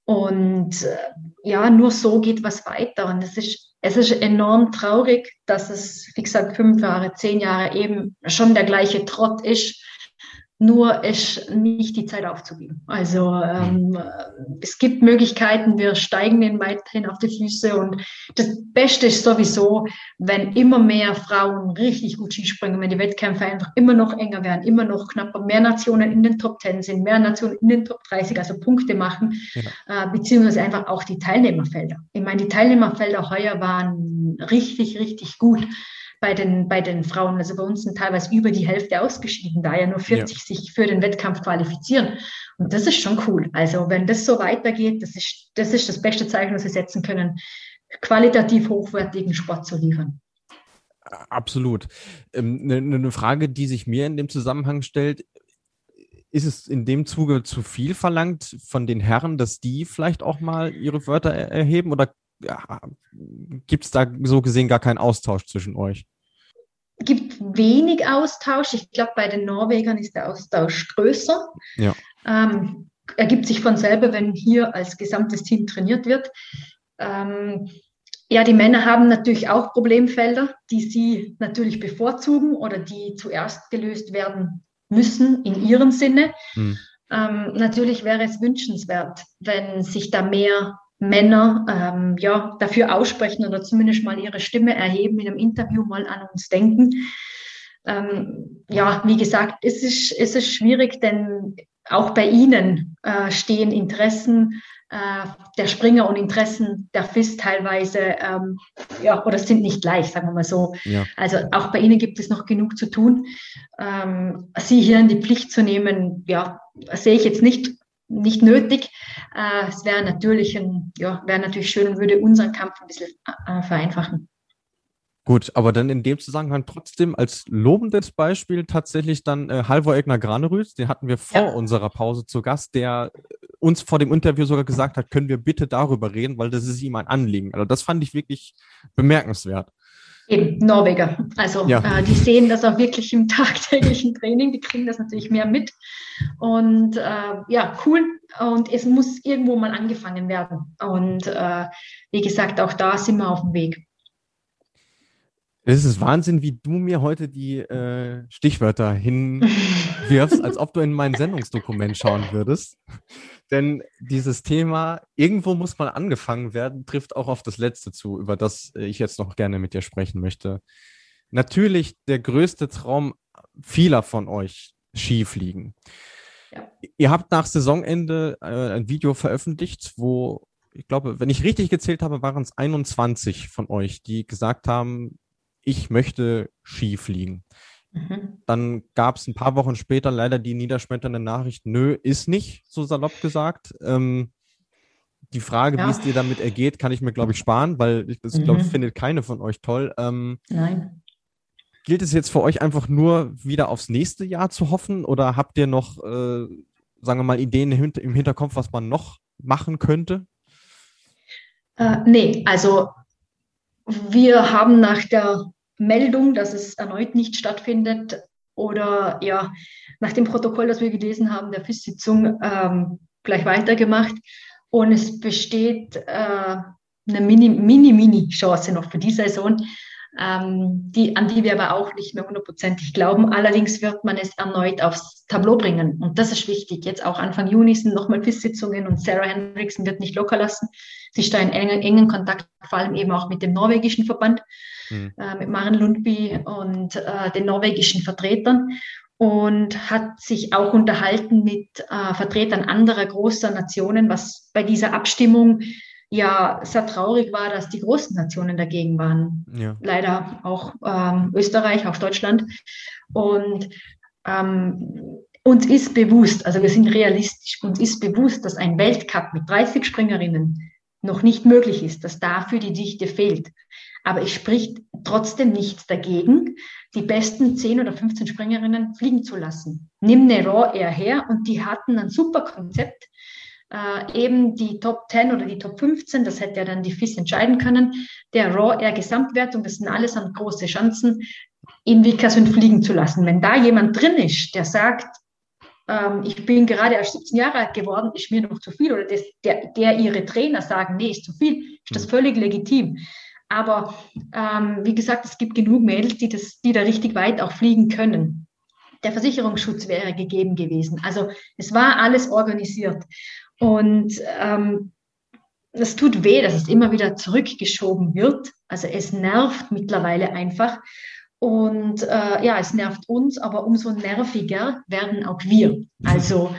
Und äh, ja, nur so geht was weiter. Und es ist, es ist enorm traurig, dass es, wie gesagt, fünf Jahre, zehn Jahre eben schon der gleiche Trott ist. Nur ist nicht die Zeit aufzugeben. Also ähm, es gibt Möglichkeiten, wir steigen denen weiterhin auf die Füße. Und das Beste ist sowieso, wenn immer mehr Frauen richtig gut Skispringen, wenn die Wettkämpfe einfach immer noch enger werden, immer noch knapper, mehr Nationen in den Top Ten sind, mehr Nationen in den Top dreißig, also Punkte machen, ja. äh, beziehungsweise einfach auch die Teilnehmerfelder. Ich meine, die Teilnehmerfelder heuer waren richtig, richtig gut. Bei den, bei den Frauen, also bei uns sind teilweise über die Hälfte ausgeschieden, da ja nur vierzig ja. sich für den Wettkampf qualifizieren. Und das ist schon cool. Also wenn das so weitergeht, das ist das, ist das beste Zeichen, das wir setzen können, qualitativ hochwertigen Sport zu liefern. Absolut. Ähm, eine, eine Frage, die sich mir in dem Zusammenhang stellt, ist es in dem Zuge zu viel verlangt von den Herren, dass die vielleicht auch mal ihre Wörter erheben, oder ja, gibt es da so gesehen gar keinen Austausch zwischen euch? Gibt wenig Austausch. Ich glaube, bei den Norwegern ist der Austausch größer. Ja. Ähm, ergibt sich von selber, wenn hier als gesamtes Team trainiert wird. Ähm, ja, die Männer haben natürlich auch Problemfelder, die sie natürlich bevorzugen oder die zuerst gelöst werden müssen in ihrem Sinne. Hm. Ähm, natürlich wäre es wünschenswert, wenn sich da mehr Männer ähm, ja, dafür aussprechen oder zumindest mal ihre Stimme erheben, in einem Interview mal an uns denken. Ähm, ja, wie gesagt, es ist, es ist schwierig, denn auch bei ihnen äh, stehen Interessen äh, der Springer und Interessen der F I S teilweise, ähm, ja, oder sind nicht gleich, sagen wir mal so. Ja. Also auch bei ihnen gibt es noch genug zu tun. Ähm, sie hier in die Pflicht zu nehmen, ja, sehe ich jetzt nicht nicht nötig. Äh, es wäre natürlich, ein, ja, wäre natürlich schön und würde unseren Kampf ein bisschen äh, vereinfachen. Gut, aber dann in dem Zusammenhang trotzdem als lobendes Beispiel tatsächlich dann äh, Halvor Egner Granerud, den hatten wir vor ja. unserer Pause zu Gast, der uns vor dem Interview sogar gesagt hat, können wir bitte darüber reden, weil das ist ihm ein Anliegen. Also das fand ich wirklich bemerkenswert. Eben, Norweger. Also ja. äh, die sehen das auch wirklich im tagtäglichen Training, die kriegen das natürlich mehr mit. Und äh, ja, cool. Und es muss irgendwo mal angefangen werden. Und äh, wie gesagt, auch da sind wir auf dem Weg. Es ist Wahnsinn, wie du mir heute die äh, Stichwörter hinwirfst, als ob du in mein Sendungsdokument schauen würdest. Denn dieses Thema, irgendwo muss mal angefangen werden, trifft auch auf das Letzte zu, über das ich jetzt noch gerne mit dir sprechen möchte. Natürlich der größte Traum vieler von euch, Skifliegen. Ja. Ihr habt nach Saisonende äh, ein Video veröffentlicht, wo, ich glaube, wenn ich richtig gezählt habe, waren es einundzwanzig von euch, die gesagt haben, ich möchte Skifliegen. Mhm. Dann gab es ein paar Wochen später leider die niederschmetternde Nachricht, nö, ist nicht, so salopp gesagt. Ähm, die Frage, ja. wie es dir damit ergeht, kann ich mir, glaube ich, sparen, weil ich das, mhm. glaube ich, findet keine von euch toll. Ähm, Nein. Gilt es jetzt für euch einfach nur wieder aufs nächste Jahr zu hoffen, oder habt ihr noch, äh, sagen wir mal, Ideen im Hinterkopf, was man noch machen könnte? Äh, nee, also wir haben nach der Meldung, dass es erneut nicht stattfindet, oder ja, nach dem Protokoll, das wir gelesen haben, der F I S-Sitzung ähm, gleich weitergemacht. Und es besteht äh, eine mini, mini, mini Chance noch für die Saison, ähm, die, an die wir aber auch nicht mehr hundertprozentig glauben. Allerdings wird man es erneut aufs Tableau bringen. Und das ist wichtig. Jetzt auch Anfang Juni sind nochmal F I S-Sitzungen und Sarah Hendrickson wird nicht locker lassen. Sie ist da in engen, engen Kontakt, vor allem eben auch mit dem norwegischen Verband, mhm. äh, mit Maren Lundby und äh, den norwegischen Vertretern, und hat sich auch unterhalten mit äh, Vertretern anderer großer Nationen, was bei dieser Abstimmung ja sehr traurig war, dass die großen Nationen dagegen waren. Ja. Leider auch ähm, Österreich, auch Deutschland. Und ähm, uns ist bewusst, also wir sind realistisch, uns ist bewusst, dass ein Weltcup mit dreißig Springerinnen noch nicht möglich ist, dass dafür die Dichte fehlt. Aber es spricht trotzdem nichts dagegen, die besten zehn oder fünfzehn Springerinnen fliegen zu lassen. Nimm eine Raw Air her und die hatten ein super Konzept. Äh, eben die Top zehn oder die Top fünfzehn, das hätte ja dann die F I S entscheiden können, der Raw Air Gesamtwertung, das sind alles an große Chancen, in Vikersund fliegen zu lassen. Wenn da jemand drin ist, der sagt, ähm, ich bin gerade erst siebzehn Jahre alt geworden, ist mir noch zu viel, oder das, der, der ihre Trainer sagen, nee, ist zu viel, ist das völlig legitim. Aber ähm, wie gesagt, es gibt genug Mädels, die, das, die da richtig weit auch fliegen können. Der Versicherungsschutz wäre gegeben gewesen. Also es war alles organisiert. Und ähm, es tut weh, dass es immer wieder zurückgeschoben wird. Also es nervt mittlerweile einfach. Und äh, ja, es nervt uns, aber umso nerviger werden auch wir. Also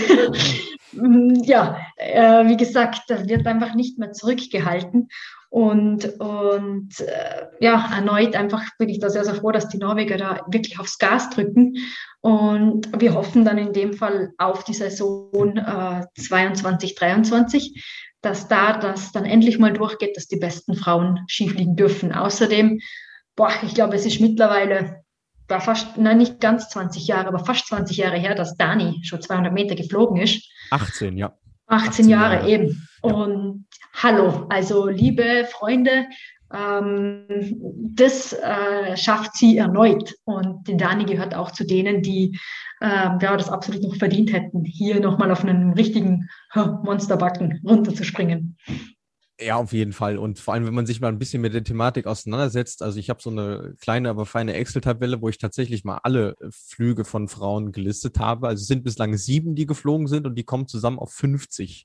ja, äh, wie gesagt, das wird einfach nicht mehr zurückgehalten. Und, und äh, ja, erneut einfach bin ich da sehr, sehr froh, dass die Norweger da wirklich aufs Gas drücken. Und wir hoffen dann in dem Fall auf die Saison äh, zweiundzwanzig, dreiundzwanzig, dass da das dann endlich mal durchgeht, dass die besten Frauen Skifliegen dürfen. Außerdem, boah, ich glaube, es ist mittlerweile war fast, nein, nicht ganz zwanzig Jahre, aber fast zwanzig Jahre her, dass Dani schon zweihundert Meter geflogen ist. achtzehn, ja. achtzehn, achtzehn Jahre, Jahre eben. Ja. Und hallo, also liebe Freunde, ähm, das äh, schafft sie erneut. Und die Dani gehört auch zu denen, die äh, ja, das absolut noch verdient hätten, hier nochmal auf einen richtigen Monsterbacken runterzuspringen. Ja, auf jeden Fall. Und vor allem, wenn man sich mal ein bisschen mit der Thematik auseinandersetzt, also ich habe so eine kleine, aber feine Excel-Tabelle, wo ich tatsächlich mal alle Flüge von Frauen gelistet habe. Also es sind bislang sieben, die geflogen sind und die kommen zusammen auf fünfzig.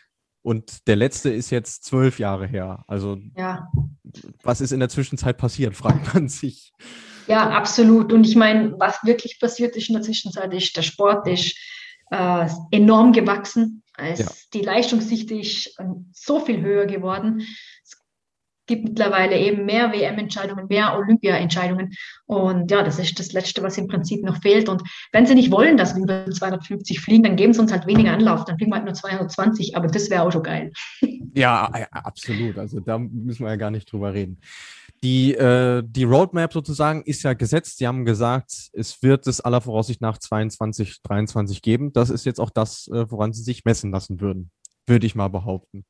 Und der letzte ist jetzt zwölf Jahre her. Also ja. Was ist in der Zwischenzeit passiert, fragt man sich. Ja, absolut. Und ich meine, was wirklich passiert ist in der Zwischenzeit, ist, der Sport ist äh, enorm gewachsen. Es, ja. Die Leistungsdichte ist so viel höher geworden. Es gibt mittlerweile eben mehr W M-Entscheidungen, mehr Olympia-Entscheidungen. Und ja, das ist das Letzte, was im Prinzip noch fehlt. Und wenn sie nicht wollen, dass wir über zweihundertfünfzig fliegen, dann geben sie uns halt weniger Anlauf. Dann fliegen wir halt nur zweihundertzwanzig, aber das wäre auch schon geil. Ja, absolut. Also da müssen wir ja gar nicht drüber reden. Die, äh, die Roadmap sozusagen ist ja gesetzt. Sie haben gesagt, es wird es aller Voraussicht nach zweiundzwanzig, dreiundzwanzig geben. Das ist jetzt auch das, äh, woran Sie sich messen lassen würden, würde ich mal behaupten.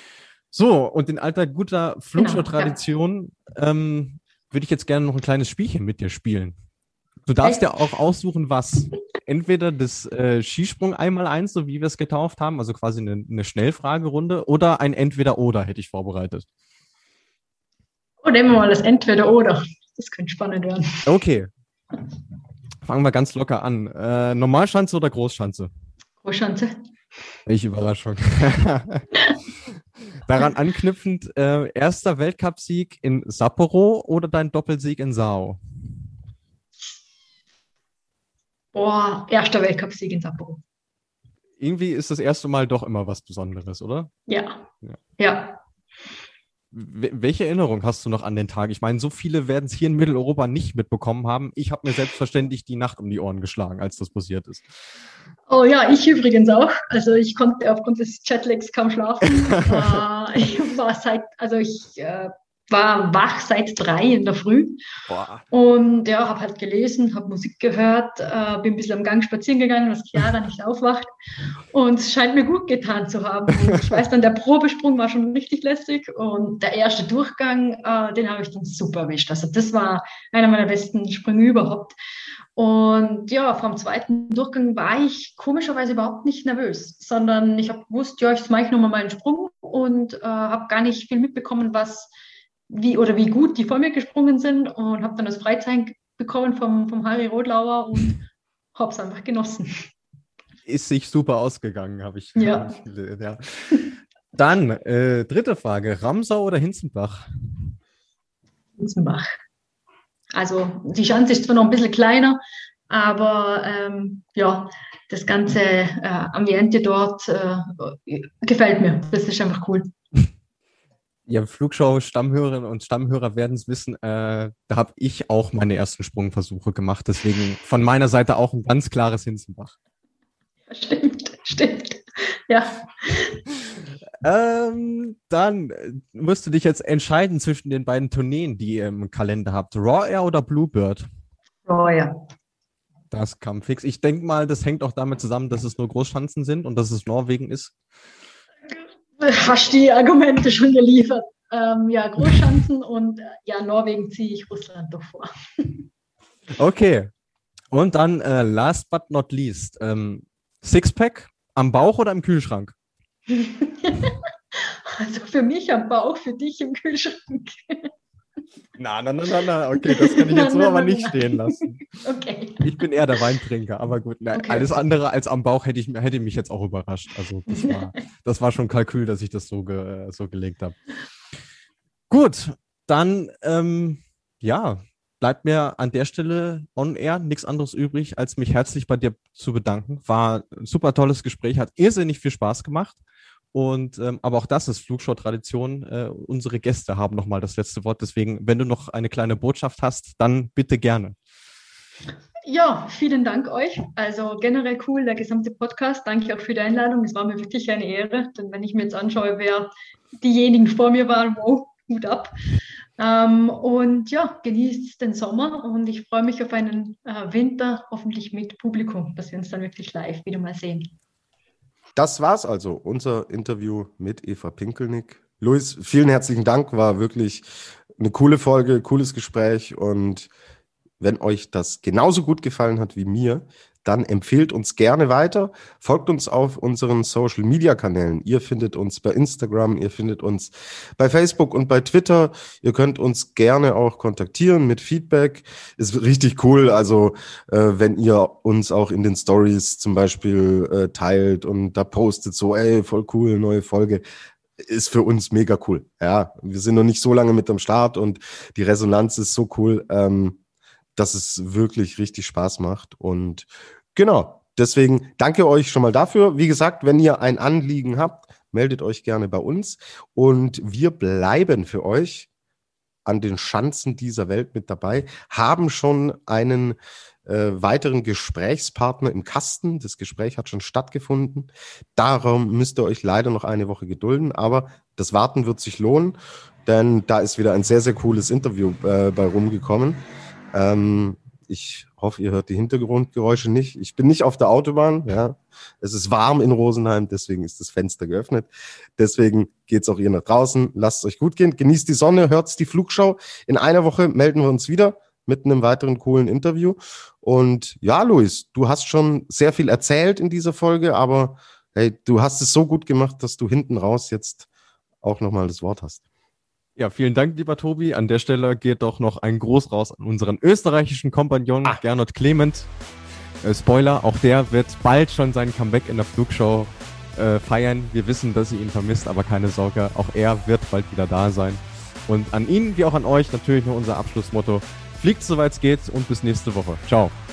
So, und in alter guter Flugshow-Tradition genau, ja. ähm, würde ich jetzt gerne noch ein kleines Spielchen mit dir spielen. Du darfst ja auch aussuchen, was. Entweder das äh, Skisprung einmal eins, so wie wir es getauft haben, also quasi eine, eine Schnellfragerunde, oder ein Entweder-Oder hätte ich vorbereitet. Oh, nehmen wir mal das Entweder-Oder. Das könnte spannend werden. Okay. Fangen wir ganz locker an. Äh, Normalschanze oder Großschanze? Großschanze. Welche Überraschung. Daran anknüpfend, äh, erster Weltcupsieg in Sapporo oder dein Doppelsieg in Sao? Boah, erster Weltcupsieg in Sapporo. Irgendwie ist das erste Mal doch immer was Besonderes, oder? Ja. Ja. ja. Welche Erinnerung hast du noch an den Tag? Ich meine, so viele werden es hier in Mitteleuropa nicht mitbekommen haben. Ich habe mir selbstverständlich die Nacht um die Ohren geschlagen, als das passiert ist. Oh ja, ich übrigens auch. Also ich konnte aufgrund des Jetlags kaum schlafen. äh, ich war seit, also ich äh, war wach seit drei in der Früh. Boah. Und ja, habe halt gelesen, habe Musik gehört, äh, bin ein bisschen am Gang spazieren gegangen, dass Chiara nicht aufwacht. Und es scheint mir gut getan zu haben. Und ich weiß dann, der Probesprung war schon richtig lästig. Und der erste Durchgang, äh, den habe ich dann super erwischt. Also das war einer meiner besten Sprünge überhaupt. Und ja, vom zweiten Durchgang war ich komischerweise überhaupt nicht nervös, sondern ich habe gewusst, ja, ich mache ich nochmal meinen Sprung und äh, habe gar nicht viel mitbekommen, was wie oder wie gut die vor mir gesprungen sind, und habe dann das Freizeichen bekommen vom, vom Harry Rodlauer und habe es einfach genossen. Ist sich super ausgegangen, habe ich, ja. hab ich gesehen, ja. Dann, äh, dritte Frage, Ramsau oder Hinzenbach? Hinzenbach. Also die Schanze ist zwar noch ein bisschen kleiner, aber ähm, ja, das ganze äh, Ambiente dort äh, gefällt mir. Das ist einfach cool. Ja, Flugschau-Stammhörerinnen und Stammhörer werden es wissen, äh, da habe ich auch meine ersten Sprungversuche gemacht. Deswegen von meiner Seite auch ein ganz klares Hinzenbach. Stimmt, stimmt. Ja. Ähm, dann äh, musst du dich jetzt entscheiden zwischen den beiden Tourneen, die ihr im Kalender habt. Raw Air oder Bluebird? Oh ja. Das kam fix. Ich denke mal, das hängt auch damit zusammen, dass es nur Großschanzen sind und dass es Norwegen ist. Hast die Argumente schon geliefert. Ähm, ja, Großschanzen und äh, ja, Norwegen ziehe ich Russland doch vor. Okay. Und dann äh, last but not least, ähm, Sixpack am Bauch oder im Kühlschrank? Also für mich am Bauch, für dich im Kühlschrank. Na, na, na, na, na, okay, das kann ich jetzt so aber nicht stehen lassen. Okay. Ich bin eher der Weintrinker, aber gut, na, Okay. alles andere als am Bauch hätte ich hätte mich jetzt auch überrascht. Also das war, das war schon Kalkül, dass ich das so, ge, so gelegt habe. Gut, dann ähm, ja, bleibt mir an der Stelle on air nichts anderes übrig, als mich herzlich bei dir zu bedanken. War ein super tolles Gespräch, hat irrsinnig viel Spaß gemacht. Und ähm, aber auch das ist Flugshow-Tradition. Äh, unsere Gäste haben nochmal das letzte Wort. Deswegen, wenn du noch eine kleine Botschaft hast, dann bitte gerne. Ja, vielen Dank euch. Also generell cool, der gesamte Podcast. Danke auch für die Einladung. Es war mir wirklich eine Ehre. Denn wenn ich mir jetzt anschaue, wer diejenigen vor mir waren, wow, Hut ab. Ähm, und ja, genießt den Sommer und ich freue mich auf einen äh, Winter, hoffentlich mit Publikum, dass wir uns dann wirklich live wieder mal sehen. Das war's also, unser Interview mit Eva Pinkelnick. Luis, vielen herzlichen Dank, war wirklich eine coole Folge, cooles Gespräch und wenn euch das genauso gut gefallen hat wie mir, dann empfehlt uns gerne weiter, folgt uns auf unseren Social-Media-Kanälen. Ihr findet uns bei Instagram, ihr findet uns bei Facebook und bei Twitter. Ihr könnt uns gerne auch kontaktieren mit Feedback. Ist richtig cool, also äh, wenn ihr uns auch in den Stories zum Beispiel äh, teilt und da postet so, ey, voll cool, neue Folge. Ist für uns mega cool. Ja, wir sind noch nicht so lange mit am Start und die Resonanz ist so cool, ähm, dass es wirklich richtig Spaß macht. Und genau, deswegen danke euch schon mal dafür. Wie gesagt, wenn ihr ein Anliegen habt, meldet euch gerne bei uns. Und wir bleiben für euch an den Schanzen dieser Welt mit dabei, haben schon einen äh, weiteren Gesprächspartner im Kasten. Das Gespräch hat schon stattgefunden. Darum müsst ihr euch leider noch eine Woche gedulden, aber das Warten wird sich lohnen, denn da ist wieder ein sehr, sehr cooles Interview äh, bei rumgekommen. Ähm, ich hoffe, ihr hört die Hintergrundgeräusche nicht. Ich bin nicht auf der Autobahn. Ja. Es ist warm in Rosenheim, deswegen ist das Fenster geöffnet. Deswegen geht's auch ihr nach draußen. Lasst es euch gut gehen. Genießt die Sonne, hört's die Flugschau. In einer Woche melden wir uns wieder mit einem weiteren coolen Interview. Und ja, Luis, du hast schon sehr viel erzählt in dieser Folge, aber hey, du hast es so gut gemacht, dass du hinten raus jetzt auch nochmal das Wort hast. Ja, vielen Dank, lieber Tobi. An der Stelle geht doch noch ein Gruß raus an unseren österreichischen Kompagnon ah. Gernot Clement. Äh, Spoiler, auch der wird bald schon seinen Comeback in der Flugshow äh, feiern. Wir wissen, dass ihr ihn vermisst, aber keine Sorge, auch er wird bald wieder da sein. Und an ihn wie auch an euch natürlich nur unser Abschlussmotto. Fliegt soweit es geht und bis nächste Woche. Ciao.